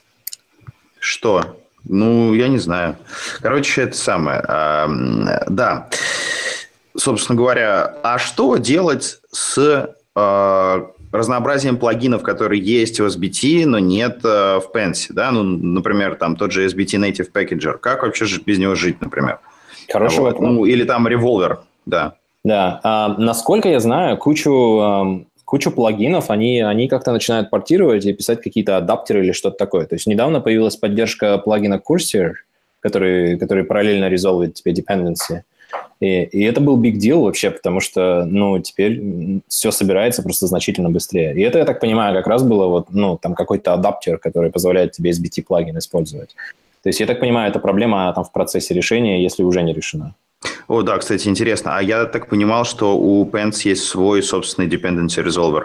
Что? Ну, я не знаю. Короче, это самое. А, да. Собственно говоря, а что делать с а, разнообразием плагинов, которые есть в эс би ти, но нет а, в Pence? Да? Ну, например, там тот же эс би ти Native Packager. Как вообще без него жить, например?
Хороший
вот.
вопрос.
Ну, или там Revolver, да.
Да. А, насколько я знаю, кучу... Кучу плагинов, они, они как-то начинают портировать и писать какие-то адаптеры или что-то такое. То есть недавно появилась поддержка плагина Cursor, который, который параллельно резолвит тебе dependency. И, и это был big deal вообще, потому что, ну, теперь все собирается просто значительно быстрее. И это, я так понимаю, как раз было вот, ну, там какой-то адаптер, который позволяет тебе эс би ти-плагин использовать. То есть, я так понимаю, это проблема там в процессе решения, если уже не решена.
О, да, кстати, интересно. А я так понимал, что у Pence есть свой собственный dependency resolver.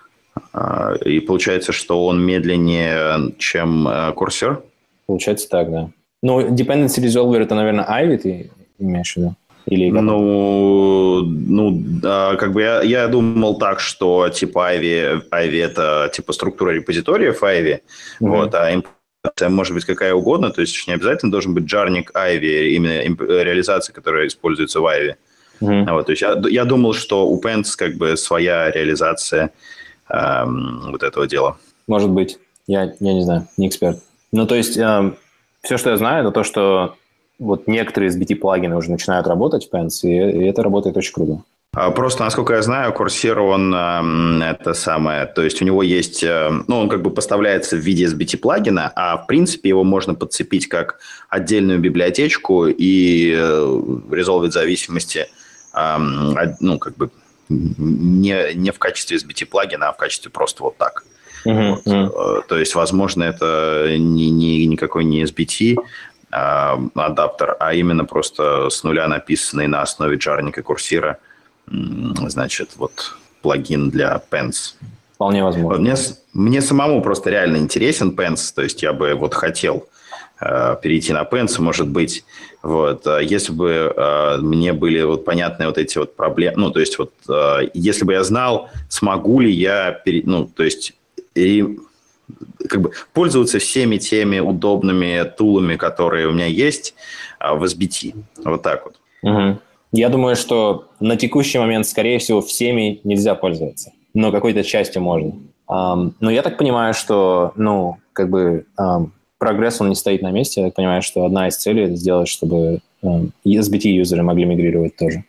И получается, что он медленнее, чем Cursor?
Получается так, да. Ну, dependency resolver – это, наверное, Ivy ты имеешь в виду? Или
ну, ну, да, как бы я, я думал так, что типа Ivy, Ivy – это типа структура репозиториев Ivy, mm-hmm. вот, а может быть какая угодно, то есть не обязательно должен быть джарник Ivy, именно реализация, которая используется в Ivy. Mm-hmm. Вот, то есть я, я думал, что у Pence как бы своя реализация эм, вот этого дела.
Может быть. Я, я не знаю, не эксперт. Ну, то есть эм, все, что я знаю, это то, что вот некоторые эс би ти-плагины уже начинают работать в Pence, и, и это работает очень круто.
Просто, насколько я знаю, Cursor, он это самое, то есть у него есть, ну, он как бы поставляется в виде эс би ти-плагина, а в принципе его можно подцепить как отдельную библиотечку и резолвить зависимости, ну, как бы не, не в качестве эс би ти-плагина, а в качестве просто вот так. Uh-huh, вот. uh-huh. То есть, возможно, это не, не, никакой не эс би ти, а, адаптер, а именно просто с нуля написанный на основе джарника Cursor, значит, вот плагин для Pence.
Вполне возможно.
Мне, мне самому просто реально интересен Pence, то есть я бы вот хотел э, перейти на Pence, может быть. Вот. Если бы э, мне были вот понятны вот эти вот проблемы, ну, то есть вот э, если бы я знал, смогу ли я, пере... ну, то есть и как бы пользоваться всеми теми удобными тулами, которые у меня есть э, в эс би ти. Вот так вот.
Угу. Я думаю, что на текущий момент, скорее всего, всеми нельзя пользоваться, но какой-то частью можно. Um, но я так понимаю, что, ну, как бы um, прогресс, он не стоит на месте. Я понимаю, что одна из целей – это сделать, чтобы um, эс би ти-юзеры могли мигрировать тоже.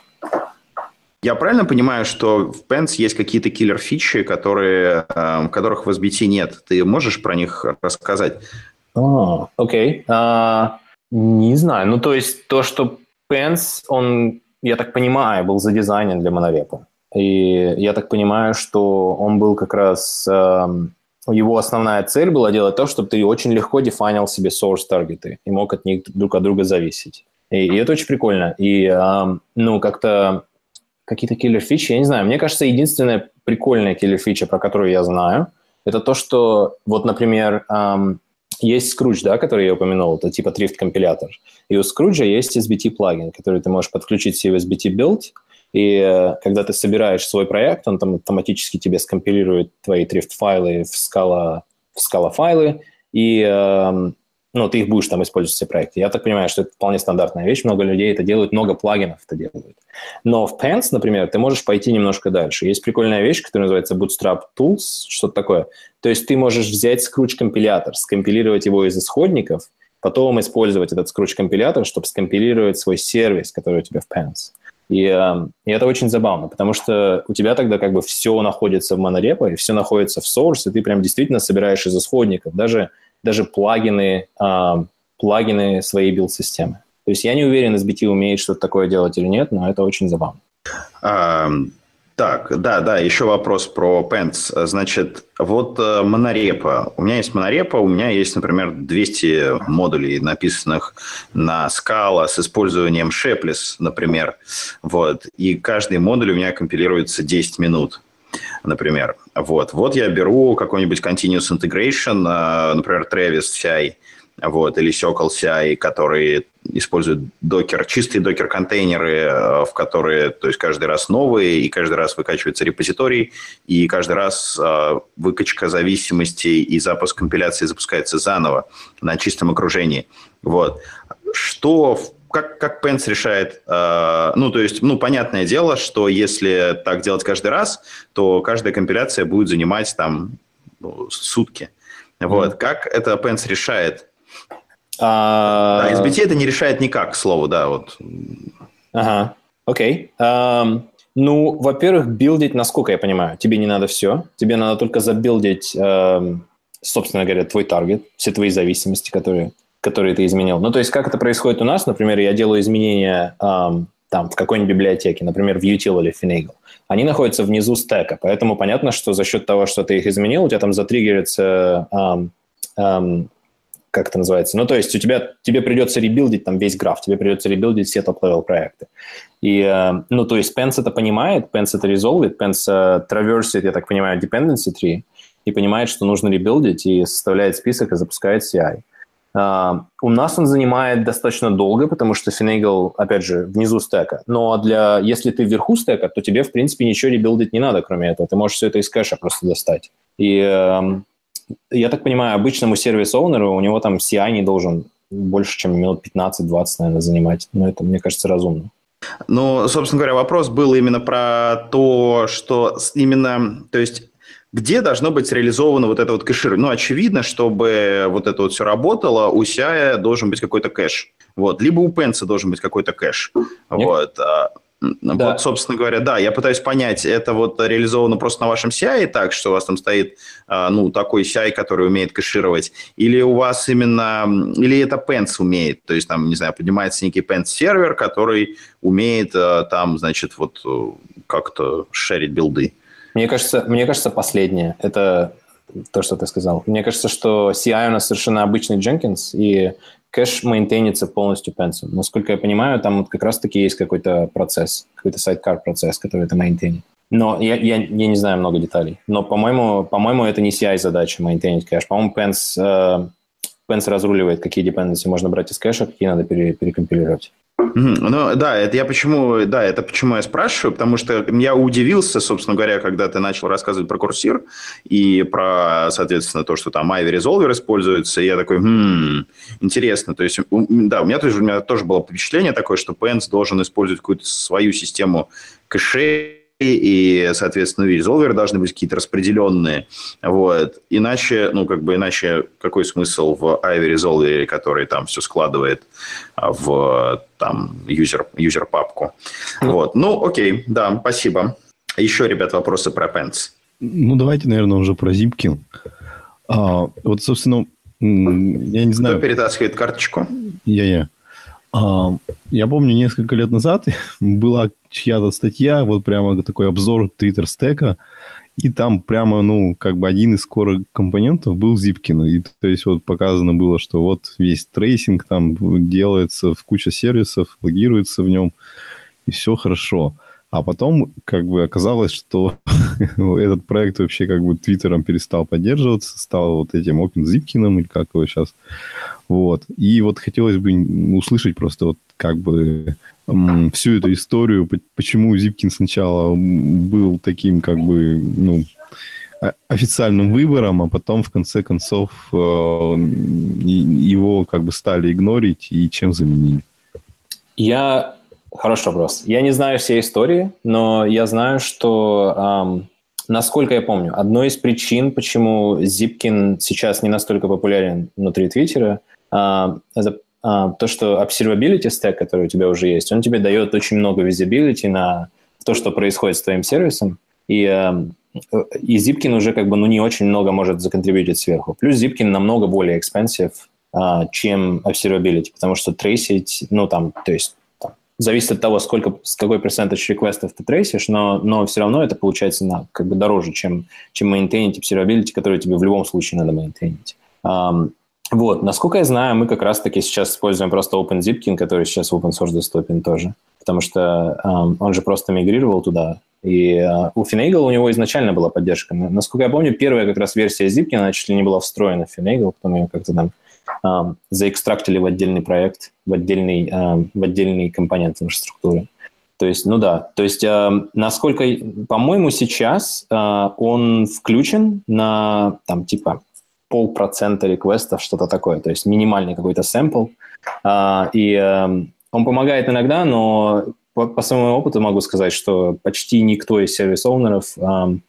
Я правильно понимаю, что в Pence есть какие-то киллер-фичи, которые, um, которых в эс би ти нет? Ты можешь про них рассказать?
А, окей. А, не знаю. Ну, то есть то, что Pence, он, я так понимаю, был задизайнен для монорепа. И я так понимаю, что он был как раз... Эм, его основная цель была делать то, чтобы ты очень легко дефайнил себе source-таргеты и мог от них друг от друга зависеть. И, и это очень прикольно. И, эм, ну, как-то какие-то киллер-фичи, я не знаю. Мне кажется, единственная прикольная киллер-фича, про которую я знаю, это то, что, вот, например, эм, есть Scrooge, да, который я упомянул, это типа Thrift-компилятор. И у Scrooge есть эс би ти-плагин, который ты можешь подключить себе в эс би ти-билд, и э, когда ты собираешь свой проект, он там автоматически тебе скомпилирует твои Thrift-файлы в Scala, в Scala-файлы, и э, ну, ты их будешь там использовать в своем проекте. Я так понимаю, что это вполне стандартная вещь, много людей это делают, много плагинов это делают. Но в Pence, например, ты можешь пойти немножко дальше. Есть прикольная вещь, которая называется Bootstrap Tools, что-то такое. То есть ты можешь взять Scrooge-компилятор, скомпилировать его из исходников, потом использовать этот Scrooge-компилятор, чтобы скомпилировать свой сервис, который у тебя в Pence. И, э, и это очень забавно, потому что у тебя тогда как бы все находится в монорепо, и все находится в source, и ты прям действительно собираешь из исходников, даже, даже плагины, э, плагины своей билд-системы. То есть я не уверен, эс би ти умеет что-то такое делать или нет, но это очень забавно.
Um... Так, да, да, еще вопрос про Pence. Значит, вот э, монорепа. У меня есть монорепа, у меня есть, например, двести модулей, написанных на Scala с использованием Shapeless, например. Вот. И каждый модуль у меня компилируется десять минут, например. Вот, вот я беру какой-нибудь Continuous Integration, э, например, Travis си ай, вот, или Circle си ай, которые используют докер, чистые докер-контейнеры, в которые, то есть каждый раз новые, и каждый раз выкачивается репозиторий, и каждый раз э, выкачка зависимостей и запуск компиляции запускается заново на чистом окружении. Вот. Что, как, как Pence решает? Э, ну, то есть, ну, понятное дело, что если так делать каждый раз, то каждая компиляция будет занимать там ну, сутки. Вот. Mm. Как это Pence решает?
А...
Да, эс би ти это не решает никак, к слову, да, вот.
Ага, окей. Um, ну, во-первых, билдить, насколько я понимаю, тебе не надо все. Тебе надо только забилдить, um, собственно говоря, твой таргет, все твои зависимости, которые, которые ты изменил. Ну, то есть, как это происходит у нас, например, я делаю изменения um, там, в какой-нибудь библиотеке, например, в Util или Finagle. Они находятся внизу стека, поэтому понятно, что за счет того, что ты их изменил, у тебя там затриггерится... Um, um, как это называется? Ну, то есть у тебя, тебе придется ребилдить там весь граф, тебе придется ребилдить все топ-левел проекты. И, э, ну, то есть Pence это понимает, Pence это резолвит, Pence э, traversiет, я так понимаю, dependency tree, и понимает, что нужно ребилдить, и составляет список и запускает си ай. Э, у нас он занимает достаточно долго, потому что Finagle, опять же, внизу стека. Но для, если ты вверху стека, то тебе, в принципе, ничего ребилдить не надо, кроме этого. Ты можешь все это из кэша просто достать. И... Э, я так понимаю, обычному сервис-оунеру у него там си ай не должен больше, чем минут пятнадцать-двадцать, наверное, занимать. Но это, мне кажется, разумно.
Ну, собственно говоря, вопрос был именно про то, что именно, то есть, где должно быть реализовано вот это вот кэширование. Ну, очевидно, чтобы вот это вот все работало, у си ай должен быть какой-то кэш. Вот. Либо у Pence должен быть какой-то кэш. Нет? Вот. Да. Вот, собственно говоря, да, я пытаюсь понять, это вот реализовано просто на вашем си ай так, что у вас там стоит, ну, такой си ай, который умеет кэшировать, или у вас именно, или это Pence умеет, то есть там, не знаю, поднимается некий Pence-сервер, который умеет там, значит, вот как-то шерить билды.
Мне кажется, мне кажется, последнее, это то, что ты сказал. Мне кажется, что си ай у нас совершенно обычный Jenkins, и кэш мейнтейнится полностью Pence. Насколько я понимаю, там вот как раз-таки есть какой-то процесс, какой-то сайдкар процесс, который это мейнтейнит. Но я, я, я не знаю много деталей. Но, по-моему, по-моему, это не си ай задача мейнтейнить кэш. По-моему, Pence, э, Pence разруливает, какие dependency можно брать из кэша, какие надо пере, перекомпилировать.
Ну, да, это я почему, да, это почему я спрашиваю, потому что я удивился, собственно говоря, когда ты начал рассказывать про курсир и про, соответственно, то, что там Ivy Resolver используется, и я такой, хм, интересно, то есть, да, у меня тоже, у меня тоже было впечатление такое, что Pence должен использовать какую-то свою систему кэшей, и, соответственно, resolver должны быть какие-то распределенные, вот, иначе, ну, как бы, иначе какой смысл в Ivy Resolver, который там все складывает в, там, user, user папку, mm. вот, ну, окей, да, спасибо. Еще, ребят, вопросы про Pence?
Ну, давайте, наверное, уже про Zipkin. А, вот, собственно, я не знаю...
Кто перетаскивает карточку?
Я-я. А, я помню, несколько лет назад была чья-то статья, вот прямо такой обзор Twitter-стека, и там прямо, ну, как бы один из core компонентов был Zipkin. И то есть вот показано было, что вот весь трейсинг там делается в куче сервисов, логируется в нем, и все хорошо. А потом как бы оказалось, что этот проект вообще как бы Твиттером перестал поддерживаться, стал вот этим OpenZipkin, или как его сейчас. Вот. И вот хотелось бы услышать просто вот как бы м, всю эту историю, почему Zipkin сначала был таким как бы, ну, официальным выбором, а потом в конце концов э, его как бы стали игнорить и чем заменили.
Я... Хороший вопрос. Я не знаю всей истории, но я знаю, что, эм, насколько я помню, одной из причин, почему Zipkin сейчас не настолько популярен внутри Твиттера, э, это э, то, что observability stack, который у тебя уже есть, он тебе дает очень много visibility на то, что происходит с твоим сервисом, и, э, и Zipkin уже как бы ну, не очень много может законтрибьютить сверху. Плюс Zipkin намного более expensive, э, чем observability, потому что трейсить, ну там, то есть зависит от того, сколько, с какой процентаж реквестов ты трейсишь, но, но все равно это получается на, как бы дороже, чем, чем мейнтейнить observability, который тебе в любом случае надо мейнтейнить. Um, вот. Насколько я знаю, мы как раз-таки сейчас используем просто OpenZipkin, который сейчас в open source доступен тоже, потому что um, он же просто мигрировал туда. И uh, у Finagle у него изначально была поддержка. Насколько я помню, первая как раз версия Zipkin, она чуть ли не была встроена в Finagle, потом ее как-то там Um, заэкстрактили в отдельный проект, в отдельный, um, в отдельный компонент инфраструктуры. То есть, ну да, то есть, uh, насколько, по-моему, сейчас uh, он включен на, там, типа, полпроцента реквестов, что-то такое, то есть минимальный какой-то сэмпл, uh, и uh, он помогает иногда, но по, по своему опыту могу сказать, что почти никто из сервис-оунеров um,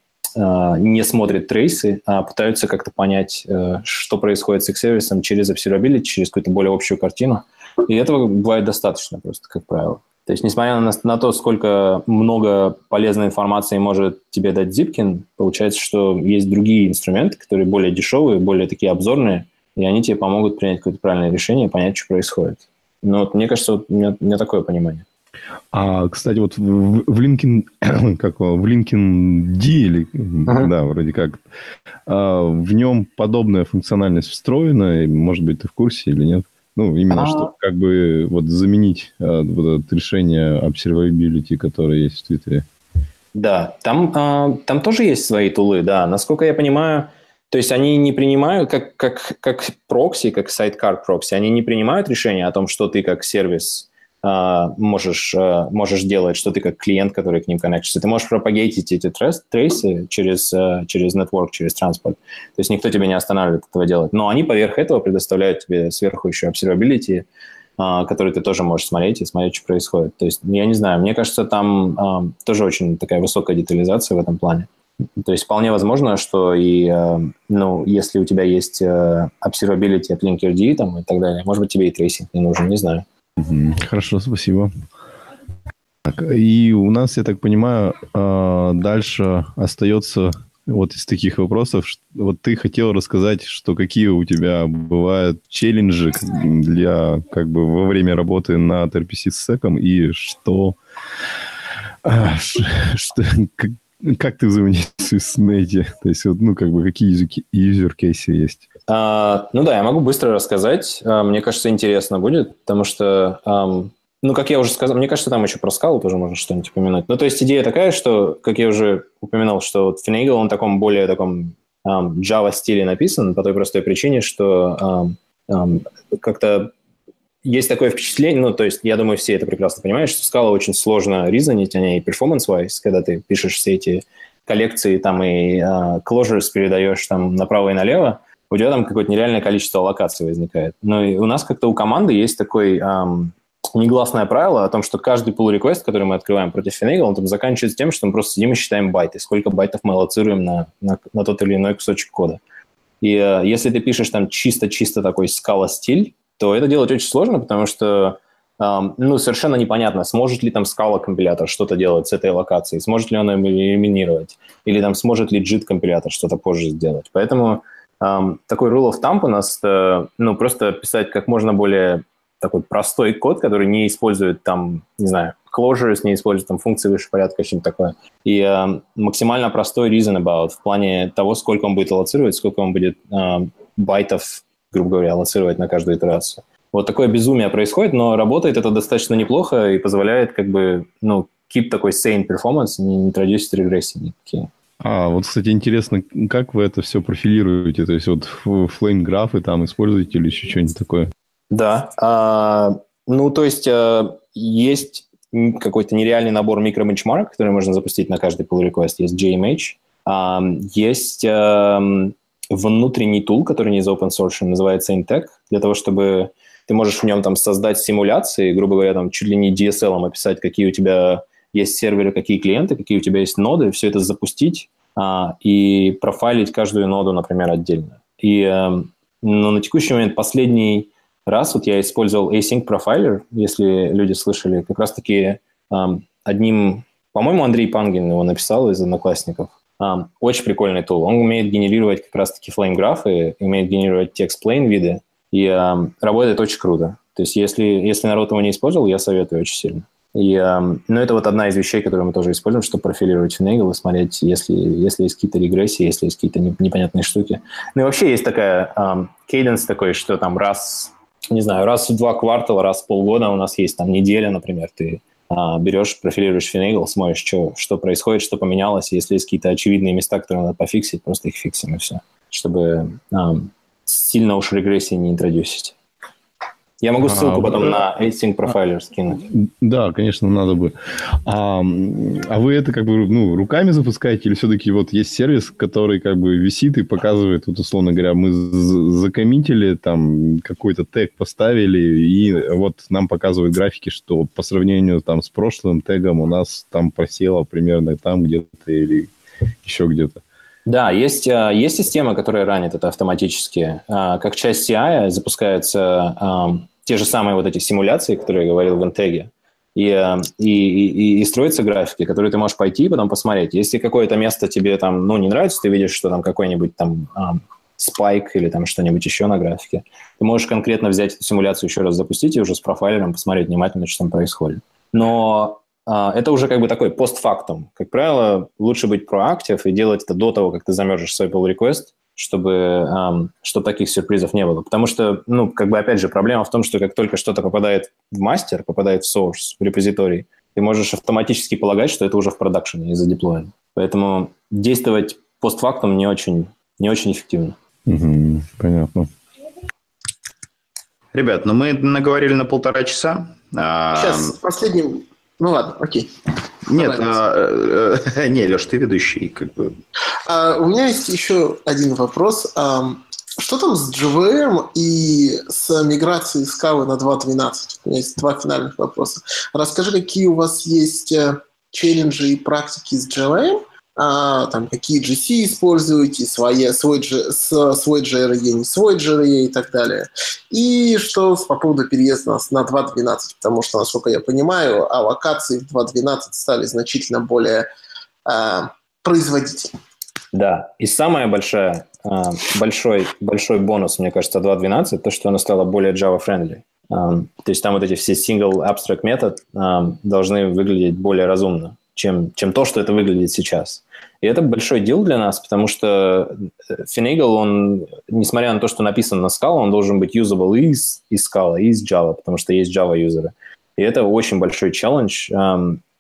не смотрят трейсы, а пытаются как-то понять, что происходит с их сервисом через observability, через какую-то более общую картину. И этого бывает достаточно просто, как правило. То есть, несмотря на, на то, сколько много полезной информации может тебе дать Zipkin, получается, что есть другие инструменты, которые более дешевые, более такие обзорные, и они тебе помогут принять какое-то правильное решение и понять, что происходит. Но вот, мне кажется, вот у, меня, у меня такое понимание.
А, кстати, вот в, в LinkedIn, как в LinkedIn ди, или, uh-huh. да, вроде как, а, в нем подобная функциональность встроена, может быть, ты в курсе или нет? Ну, именно, а... что как бы вот заменить а, вот это решение observability, которое есть в Твиттере.
Да, там, а, там тоже есть свои тулы, да. Насколько я понимаю, то есть они не принимают, как, как, как прокси, как sidecar прокси, они не принимают решение о том, что ты как сервис Uh, можешь, uh, можешь делать, что ты как клиент, который к ним коннектишься. Ты можешь пропагейтить эти трейс, трейсы через, uh, через network, через транспорт. То есть никто тебя не останавливает этого делать. Но они поверх этого предоставляют тебе сверху еще observability, uh, который ты тоже можешь смотреть и смотреть, что происходит. То есть я не знаю, мне кажется, там uh, тоже очень такая высокая детализация в этом плане. То есть вполне возможно, что и, uh, ну, если у тебя есть uh, observability от Linkerd там, и так далее, может быть, тебе и трейсинг не нужен, не знаю.
Хорошо, спасибо. Так, и у нас, я так понимаю, дальше остается вот из таких вопросов. Вот ты хотел рассказать, что какие у тебя бывают челленджи для, как бы, во время работы над эр пи си-секом и что, что как, как ты взаимодействуешь с Netty? То есть, вот, ну, как бы, какие юзер-кейсы есть?
Uh, ну да, я могу быстро рассказать. Uh, мне кажется, интересно будет, потому что, um, ну, как я уже сказал, мне кажется, там еще про скалу тоже можно что-нибудь упомянуть. Ну, то есть идея такая, что, как я уже упоминал, что вот Finagle, он в таком более таком um, Java-стиле написан по той простой причине, что um, um, как-то есть такое впечатление, ну, то есть я думаю, все это прекрасно понимают, что Scala очень сложно ризонить, а не performance-wise, когда ты пишешь все эти коллекции там и uh, closures передаешь там направо и налево, у тебя там какое-то нереальное количество локаций возникает. Но и у нас как-то у команды есть такой um, негласное правило о том, что каждый pull request, который мы открываем против Finagle, он там заканчивается тем, что мы просто сидим и считаем байты, сколько байтов мы аллоцируем на, на, на тот или иной кусочек кода. И uh, если ты пишешь там чисто-чисто такой Scala-стиль, то это делать очень сложно, потому что um, ну, совершенно непонятно, сможет ли там Scala-компилятор что-то делать с этой локацией, сможет ли он ее элиминировать, или там сможет ли JIT-компилятор что-то позже сделать. Поэтому um, такой rule of thumb у нас uh, ну, просто писать как можно более такой простой код, который не использует там, не знаю, closures, не использует там функции выше порядка, что-нибудь такое. И uh, максимально простой reason about в плане того, сколько он будет аллоцировать, сколько он будет uh, байтов, грубо говоря, аллоцировать на каждую итерацию. Вот такое безумие происходит, но работает это достаточно неплохо и позволяет как бы, ну, keep такой sane performance, не, не интродюсить регрессии никакие.
А, вот, кстати, интересно, как вы это все профилируете? То есть вот флейм-графы там используете или еще что-нибудь такое?
Да. А, ну, то есть а, есть какой-то нереальный набор микро-бенчмарк, который можно запустить на каждый pull request. Есть джей эм эйч. А, есть... А, внутренний тул, который не из open source, называется Intec, для того, чтобы ты можешь в нем там создать симуляции, грубо говоря, там чуть ли не ди эс эл описать, какие у тебя есть серверы, какие клиенты, какие у тебя есть ноды, все это запустить а, и профайлить каждую ноду, например, отдельно. И а, ну, на текущий момент последний раз вот я использовал Async Profiler, если люди слышали, как раз-таки а, одним, по-моему, Андрей Пангин его написал из одноклассников. Um, очень прикольный тул. Он умеет генерировать как раз-таки флейм-графы, умеет генерировать текст-плейн виды, и um, работает очень круто. То есть если, если народ его не использовал, я советую очень сильно. И, um, ну, это вот одна из вещей, которую мы тоже используем, чтобы профилировать Finagle и смотреть, если, если есть какие-то регрессии, если есть какие-то непонятные штуки. Ну и вообще есть такая um, cadence такой, что там раз, не знаю, раз в два квартала, раз в полгода у нас есть там неделя, например, ты берешь, профилируешь Finagle, смотришь, что, что происходит, что поменялось. Если есть какие-то очевидные места, которые надо пофиксить, просто их фиксим и все. Чтобы um, сильно уж регрессии не интродюсить. Я могу ссылку а, потом на Async Profiler скинуть.
Да, конечно, надо бы. А, а вы это как бы ну, руками запускаете или все-таки вот есть сервис, который как бы висит и показывает, вот условно говоря, мы закоммитили, там какой-то тег поставили, и вот нам показывают графики, что по сравнению там с прошлым тегом у нас там просело примерно там где-то или еще где-то.
Да, есть, есть система, которая ранит это автоматически. Как часть си ай запускаются те же самые вот эти симуляции, которые я говорил в Integ, и, и, и, и строятся графики, которые ты можешь пойти и потом посмотреть. Если какое-то место тебе там, ну, не нравится, ты видишь, что там какой-нибудь там спайк или там что-нибудь еще на графике, ты можешь конкретно взять эту симуляцию еще раз запустить и уже с профайлером посмотреть внимательно, что там происходит. Но а, это уже как бы такой постфактум. Как правило, лучше быть проактив и делать это до того, как ты замержишь свой pull request, чтобы, um, чтобы таких сюрпризов не было. Потому что, ну, как бы, опять же, проблема в том, что как только что-то попадает в мастер, попадает в source, в репозиторий, ты можешь автоматически полагать, что это уже в продакшене и задеплоено. Поэтому действовать постфактум не очень, не очень эффективно.
Угу, понятно.
Ребят, ну мы наговорили на полтора часа.
Сейчас, последним... Ну ладно, окей.
Нет, а, а, не, Леш, ты ведущий. Как бы.
а, у меня есть еще один вопрос. А, что там с джей ви эм и с миграцией Scala на два точка двенадцать? У меня есть два финальных вопроса. Расскажи, какие у вас есть челленджи и практики с джей ви эм, а, там, какие джи си используете, свои, свой, свой джей ар и, не свой джей ар и и так далее. И что по поводу переезда на два точка двенадцать, потому что, насколько я понимаю, аллокации в два точка двенадцать стали значительно более а, производительными.
Да, и самая большая, а, большой, большой бонус, мне кажется, два точка двенадцать, то, что она стала более Java-friendly. А, то есть там вот эти все single abstract метод а, должны выглядеть более разумно, чем, чем то, что это выглядит сейчас. И это большой дел для нас, потому что Finagle, он, несмотря на то, что написан на Scala, он должен быть usable и из, из Scala, и из Java, потому что есть Java-юзеры. И это очень большой челлендж.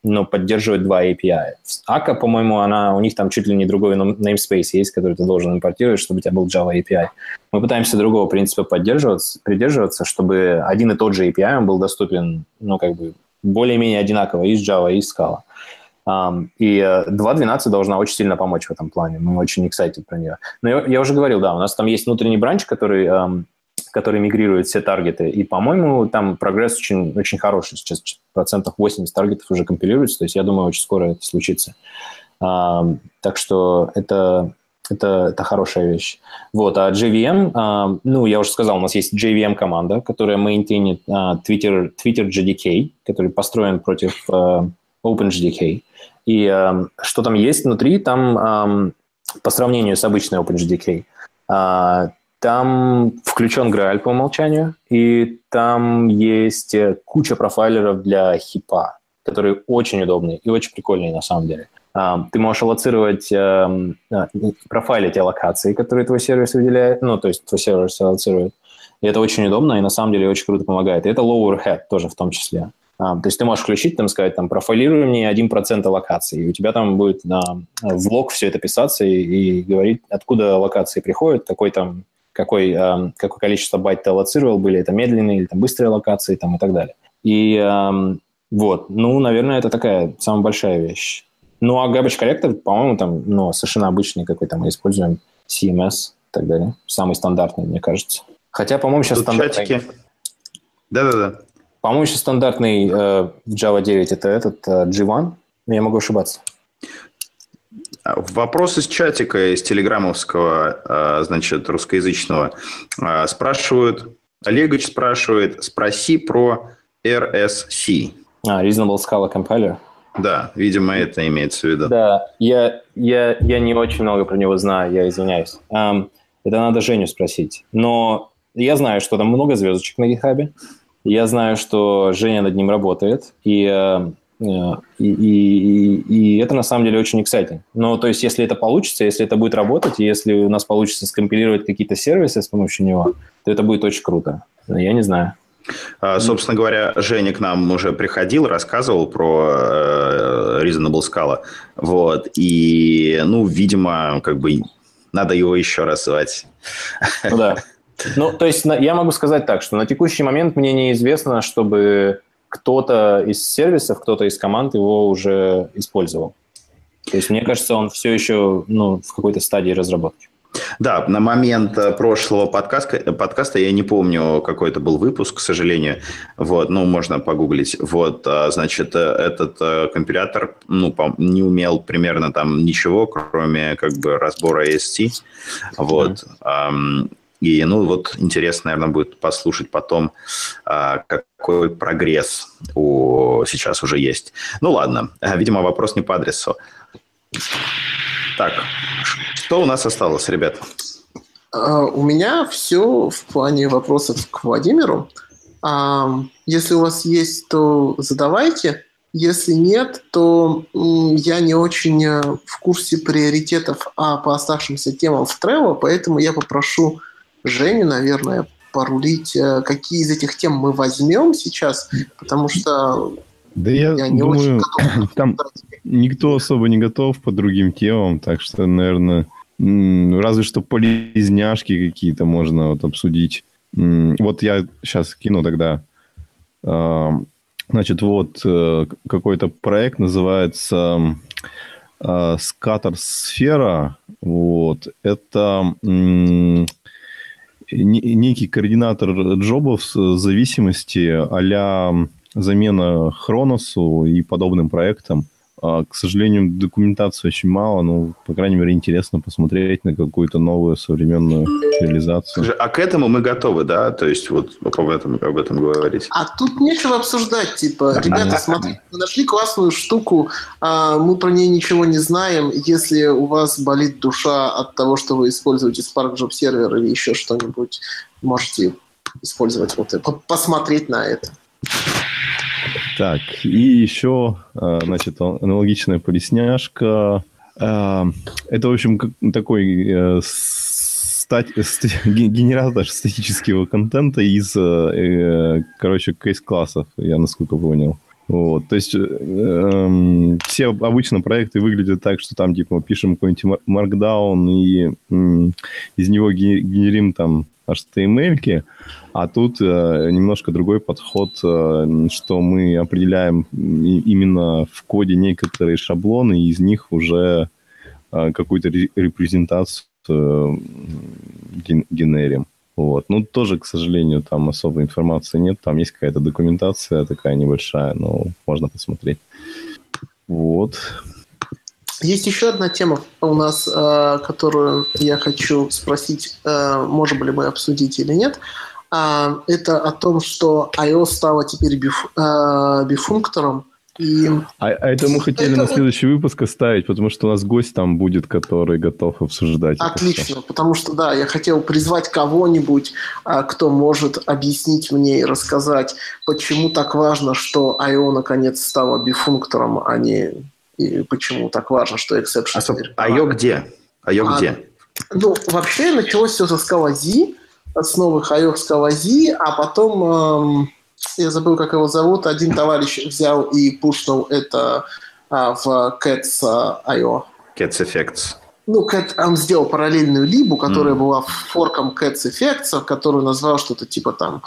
но поддерживает два эй пи ай. Akka, по-моему, она, у них там чуть ли не другой namespace есть, который ты должен импортировать, чтобы у тебя был Java эй пи ай. Мы пытаемся другого принципа поддерживаться, придерживаться, чтобы один и тот же эй пи ай он был доступен, ну, как бы, более-менее одинаково и с Java, и с Scala. Um, и uh, два точка двенадцать должна очень сильно помочь в этом плане. Мы очень excited про нее. Но я, я уже говорил, да, у нас там есть внутренний бранч, который, um, который мигрирует все таргеты. И, по-моему, там прогресс очень, очень хороший. Сейчас процентов восемьдесят таргетов уже компилируется. То есть я думаю, очень скоро это случится. Um, так что это, это, это хорошая вещь. Вот. А джей ви эм, uh, ну, я уже сказал, у нас есть джей ви эм-команда, которая мейнтейнит uh, Twitter, Twitter джей ди кей, который построен против uh, OpenJDK. И э, что там есть внутри, там э, по сравнению с обычной OpenJDK, э, там включен Graal по умолчанию, и там есть куча профайлеров для хипа, которые очень удобные и очень прикольные на самом деле. Э, ты можешь аллоцировать, э, э, профайлить аллокации, которые твой сервис выделяет, ну, то есть твой сервис аллоцирует. И это очень удобно, и на самом деле очень круто помогает. И это low overhead тоже в том числе. А, то есть ты можешь включить, там, сказать, там, профайлируй мне один процент аллокации, и у тебя там будет на, в лог все это писаться и, и говорить, откуда аллокации приходят, какой там, какой, а, какое количество байт ты аллоцировал, были это медленные или там, быстрые аллокации там, и так далее. И а, вот, ну, наверное, это такая самая большая вещь. Ну, а garbage collector, по-моему, там, ну, совершенно обычный какой-то мы используем, си эм эс и так далее. Самый стандартный, мне кажется. Хотя, по-моему, сейчас стандартный...
Чатики. Да-да-да.
По-моему, еще стандартный э, в Java девять это этот э, джи один, но я могу ошибаться.
Вопрос из чатика, из телеграммовского, э, значит, русскоязычного. Э, спрашивают, Олегович спрашивает, спроси про эр эс си.
А, Reasonable Scala Compiler.
Да, видимо, это имеется в виду.
Да, я, я, я не очень много про него знаю, я извиняюсь. Um, это надо Женю спросить. Но я знаю, что там много звездочек на GitHub. Я знаю, что Женя над ним работает, и, и, и, и это на самом деле очень exciting. Но то есть, если это получится, если это будет работать, и если у нас получится скомпилировать какие-то сервисы с помощью него, то это будет очень круто. Я не знаю.
А, собственно говоря, Женя к нам уже приходил, рассказывал про э, Reasonable Scala. Вот. И, ну, видимо, как бы надо его еще раз звать.
Ну да. Ну, то есть я могу сказать так, что на текущий момент мне неизвестно, чтобы кто-то из сервисов, кто-то из команд его уже использовал. То есть мне кажется, он все еще ну, в какой-то стадии разработки.
Да, на момент прошлого подкаста, подкаста я не помню, какой это был выпуск, к сожалению. Вот, ну, можно погуглить. Вот, значит, этот компилятор ну, не умел примерно там ничего, кроме как бы разбора и эс ти. Вот. Mm-hmm. И, ну, вот интересно, наверное, будет послушать потом, какой прогресс у... сейчас уже есть. Ну, ладно. Видимо, вопрос не по адресу. Так, что у нас осталось, ребят?
У меня все в плане вопросов к Владимиру. Если у вас есть, то задавайте. Если нет, то я не очень в курсе приоритетов а по оставшимся темам в Trello, поэтому я попрошу Женю, наверное, порулить, какие из этих тем мы возьмем сейчас, потому что
да я, я не думаю, очень готов. Там никто особо не готов по другим темам, так что, наверное, разве что полезняшки какие-то можно вот обсудить. Вот я сейчас кину тогда. Значит, вот какой-то проект называется Scattersfera. Вот. Это некий координатор джобов с зависимости а-ля замена Хроносу и подобным проектам. К сожалению, документации очень мало, но, по крайней мере, интересно посмотреть на какую-то новую современную реализацию.
А к этому мы готовы, да? То есть вот об этом, об этом говорить.
А тут нечего обсуждать. Типа, ребята, смотрите, мы нашли классную штуку, мы про нее ничего не знаем. Если у вас болит душа от того, что вы используете Spark Job Server или еще что-нибудь, можете использовать вот это, посмотреть на это.
Так, и еще, значит, аналогичная полесняшка. Это, в общем, такой стать, генератор статического контента из, короче, кейс-классов, я насколько понял. Вот, то есть эм, все обычно проекты выглядят так, что там типа пишем какой-нибудь Markdown и м, из него генерим там эйч ти эм эль-ки, а тут э, немножко другой подход, э, что мы определяем именно в коде некоторые шаблоны, и из них уже э, какую-то репрезентацию э, ген- генерим. Вот. Ну, тоже, к сожалению, там особой информации нет. Там есть какая-то документация такая небольшая, но можно посмотреть. Вот.
Есть еще одна тема у нас, э, которую я хочу спросить, э, можем ли мы обсудить или нет. Э, это о том, что ай о стала теперь биф, э, бифунктором. И...
А, а это мы хотели это... на следующий выпуск оставить, потому что у нас гость там будет, который готов обсуждать.
Отлично, потому что, да, я хотел призвать кого-нибудь, кто может объяснить мне и рассказать, почему так важно, что ай о наконец стала бифунктором, а не и почему так важно, что exception.
А ай о где? ай о где?
А, ну, вообще началось все со Scala-Z, с новых ай о Scala-Z, а потом... Эм... Я забыл, как его зовут. Один товарищ взял и пушнул это а, в Cats ай о.
Cats Effects.
Ну, Cat, он сделал параллельную либу, которая mm. была форком Cats Effects, которую назвал что-то типа там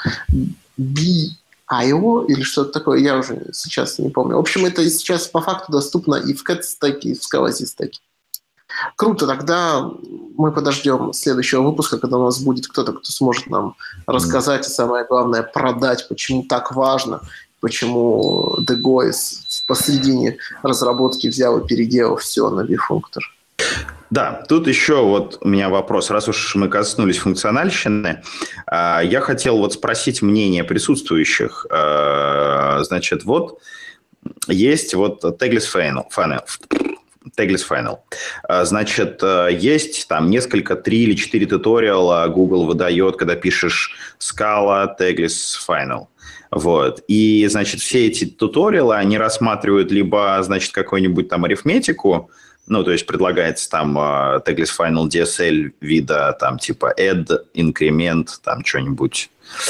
би ай о или что-то такое. Я уже сейчас не помню. В общем, это сейчас по факту доступно и в Cats стеке, и в Scala-Z стеке. Круто, тогда мы подождем следующего выпуска, когда у нас будет кто-то, кто сможет нам рассказать и, самое главное, продать, почему так важно, почему DeGoes посредине разработки взял и переделал все на бифунктор.
Да, тут еще вот у меня вопрос. Раз уж мы коснулись функциональщины, я хотел вот спросить мнение присутствующих. Значит, вот есть вот Tagless Funnel. Tagless Funnel. Значит, есть там несколько, три или четыре туториала Google выдает, когда пишешь Scala Tagless Funnel. Вот. И, значит, все эти туториалы, они рассматривают либо, значит, какую-нибудь там арифметику, ну, то есть предлагается там Tagless Funnel ди эс эл вида, там, типа add, increment, там, что-нибудь.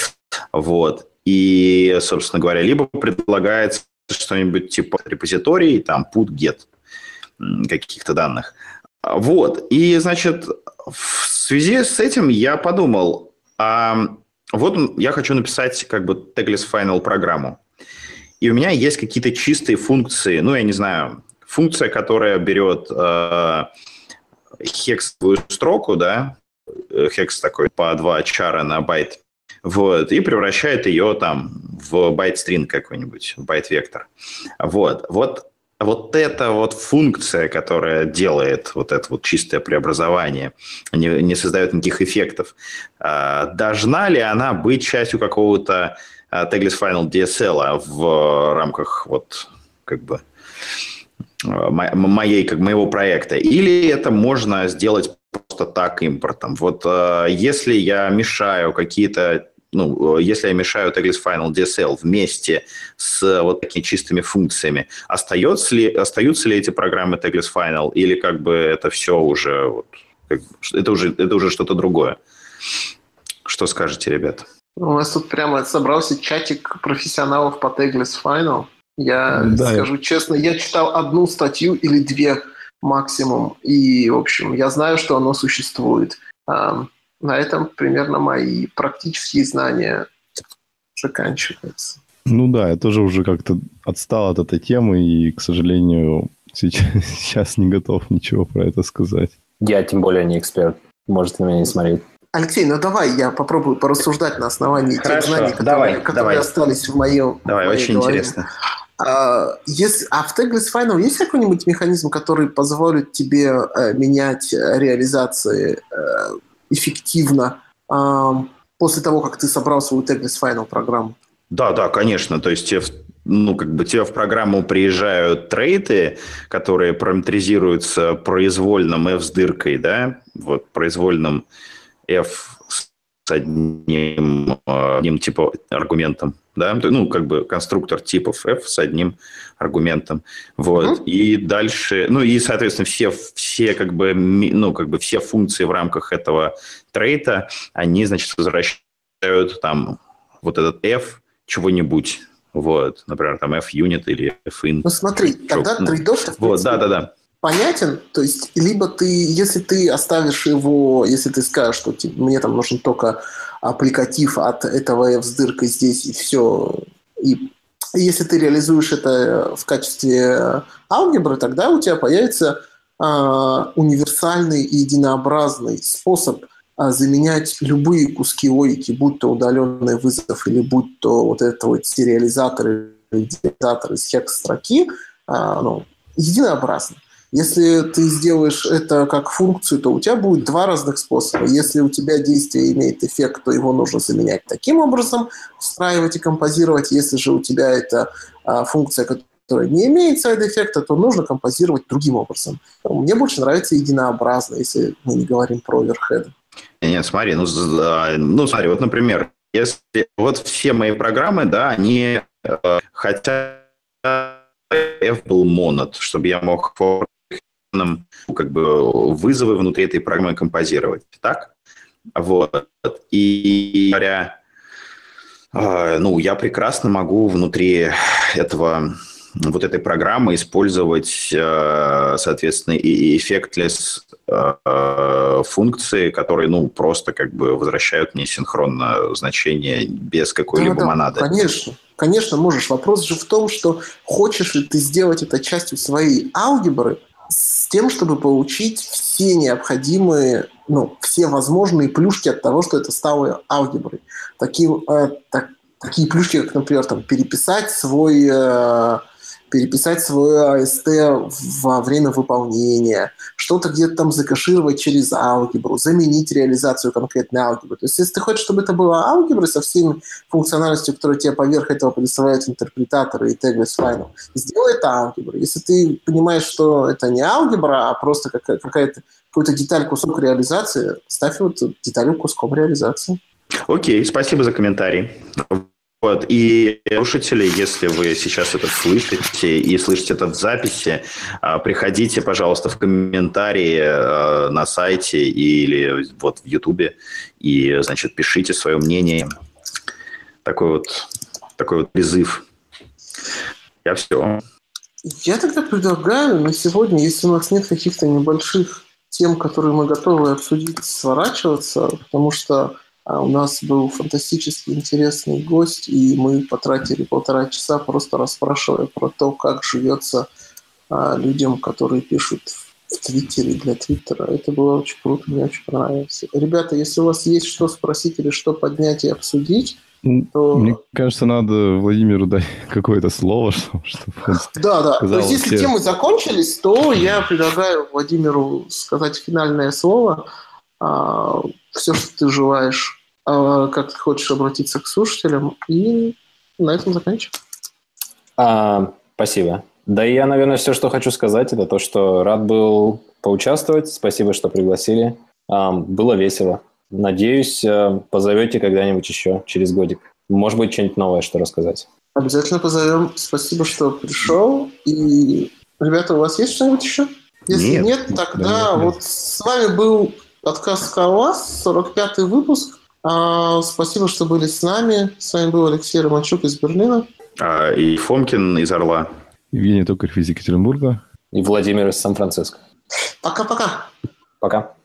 Вот. И, собственно говоря, либо предлагается что-нибудь типа репозиторий, там, put, get каких-то данных. Вот. И, значит, в связи с этим я подумал, а вот я хочу написать как бы Tagless Funnel программу. И у меня есть какие-то чистые функции, ну, я не знаю, функция, которая берет э, хексовую строку, да, хекс такой по два чара на байт, вот, и превращает ее там в байт-стринг какой-нибудь, в байт-вектор. Вот. Вот. Вот эта вот функция, которая делает вот это вот чистое преобразование, не, не создает никаких эффектов, должна ли она быть частью какого-то Tagless Funnel ди эс эл в рамках вот как бы моей, как моего проекта? Или это можно сделать просто так импортом? Вот если я мешаю какие-то Ну, если я мешаю Tagless Funnel ди эс эл вместе с вот такими чистыми функциями, остается ли, остаются ли эти программы Tagless Funnel, или как бы это все уже, вот, как, это уже, это уже что-то другое? Что скажете, ребята?
У нас тут прямо собрался чатик профессионалов по Tagless Funnel. Я да, скажу я... честно, я читал одну статью или две максимум, и, в общем, я знаю, что оно существует. На этом примерно мои практические знания заканчиваются.
Ну да, я тоже уже как-то отстал от этой темы и, к сожалению, сейчас, сейчас не готов ничего про это сказать.
Я тем более не эксперт. Можете на меня не смотреть.
Алексей, ну давай я попробую порассуждать на основании
Хорошо,
тех знаний, которые,
давай,
которые
давай.
остались в моем
Давай,
в моей
очень
голове.
интересно.
А, если, а в Tagless Funnel есть какой-нибудь механизм, который позволит тебе э, менять реализации э, эффективно э, после того, как ты собрал свою Tagless Funnel программу?
Да, да, конечно. То есть, ну, как бы тебе в программу приезжают трейты, которые параметризируются произвольным f с дыркой, да, вот произвольным f с одним, одним типа аргументом, да, ну, как бы конструктор типов f с одним аргументом, вот, mm-hmm. и дальше, ну, и, соответственно, все, все, как бы, ну, как бы все функции в рамках этого трейта, они, значит, возвращают там вот этот f чего-нибудь, Вот, например, там F-Unit или F-in.
Ну смотри, тогда трейд-офф
вот, да, да, да.
понятен, то есть либо ты, если ты оставишь его, если ты скажешь, что тебе, мне там нужен только аппликатив от этого F с дыркой здесь и все, и если ты реализуешь это в качестве алгебры, тогда у тебя появится а, универсальный и единообразный способ а, заменять любые куски логики, будь то удаленный вызов или будь то вот это вот сериализатор или детализатор из хекс-строки, а, ну, единообразно. Если ты сделаешь это как функцию, то у тебя будет два разных способа. Если у тебя действие имеет эффект, то его нужно заменять таким образом, встраивать и композировать. Если же у тебя это а, функция, которая не имеет сайд-эффекта, то нужно композировать другим образом. Мне больше нравится единообразно, если мы не говорим про оверхеды.
Нет, смотри, ну, ну смотри, вот, например, если вот все мои программы, да, они э, хотя F был монод, чтобы я мог как бы вызовы внутри этой программы композировать. Так? Вот. И говоря, э, ну, я прекрасно могу внутри этого, вот этой программы использовать, э, соответственно, и эффектлесс э, функции, которые, ну, просто как бы возвращают мне синхронно значение без какой-либо
да,
монады.
Да, конечно. Конечно, можешь. Вопрос же в том, что хочешь ли ты сделать это частью своей алгебры, с тем, чтобы получить все необходимые, ну, все возможные плюшки от того, что это стало алгеброй. Таким, э, так, такие плюшки, как, например, там, переписать свой, э, переписать свой эй эс ти во время выполнения, что-то где-то там закэшировать через алгебру, заменить реализацию конкретной алгебры. То есть, если ты хочешь, чтобы это была алгебра со всеми функциональностью, которые тебе поверх этого предоставляют интерпретаторы и теглess файлов, сделай это алгеброй. Если ты понимаешь, что это не алгебра, а просто какая-то, какая-то деталь, кусок реализации, ставь вот деталь куском реализации.
Окей, спасибо за комментарий. Вот. И слушатели, если вы сейчас это слышите и слышите это в записи, приходите, пожалуйста, в комментарии на сайте или вот в Ютубе и, значит, пишите свое мнение. Такой вот, такой вот призыв. Я все.
Я тогда предлагаю на сегодня, если у нас нет каких-то небольших тем, которые мы готовы обсудить, сворачиваться, потому что А у нас был фантастически интересный гость, и мы потратили полтора часа, просто расспрашивая про то, как живется а, людям, которые пишут в Твиттере для Твиттера. Это было очень круто, мне очень понравилось. Ребята, если у вас есть что спросить или что поднять и обсудить, то...
Мне кажется, надо Владимиру дать какое-то слово, чтобы он
Да, да. То есть, если
все...
темы закончились, то я предлагаю Владимиру сказать финальное слово. Все, что ты желаешь, как ты хочешь обратиться к слушателям, и на этом заканчиваем.
А, спасибо. Да и я, наверное, все, что хочу сказать, это то, что рад был поучаствовать. Спасибо, что пригласили. А, было весело. Надеюсь, позовете когда-нибудь еще через годик. Может быть, что-нибудь новое, что рассказать.
Обязательно позовем. Спасибо, что пришел. И, ребята, у вас есть что-нибудь еще? Если нет, нет тогда нет, вот нет. С вами был подкаст «Скалолаз», сорок пятый выпуск. А, спасибо, что были с нами. С вами был Алексей Романчук из Берлина.
А, и Фомкин из Орла.
Евгений Токарев из Екатеринбурга.
И Владимир из Сан-Франциско.
Пока-пока.
Пока.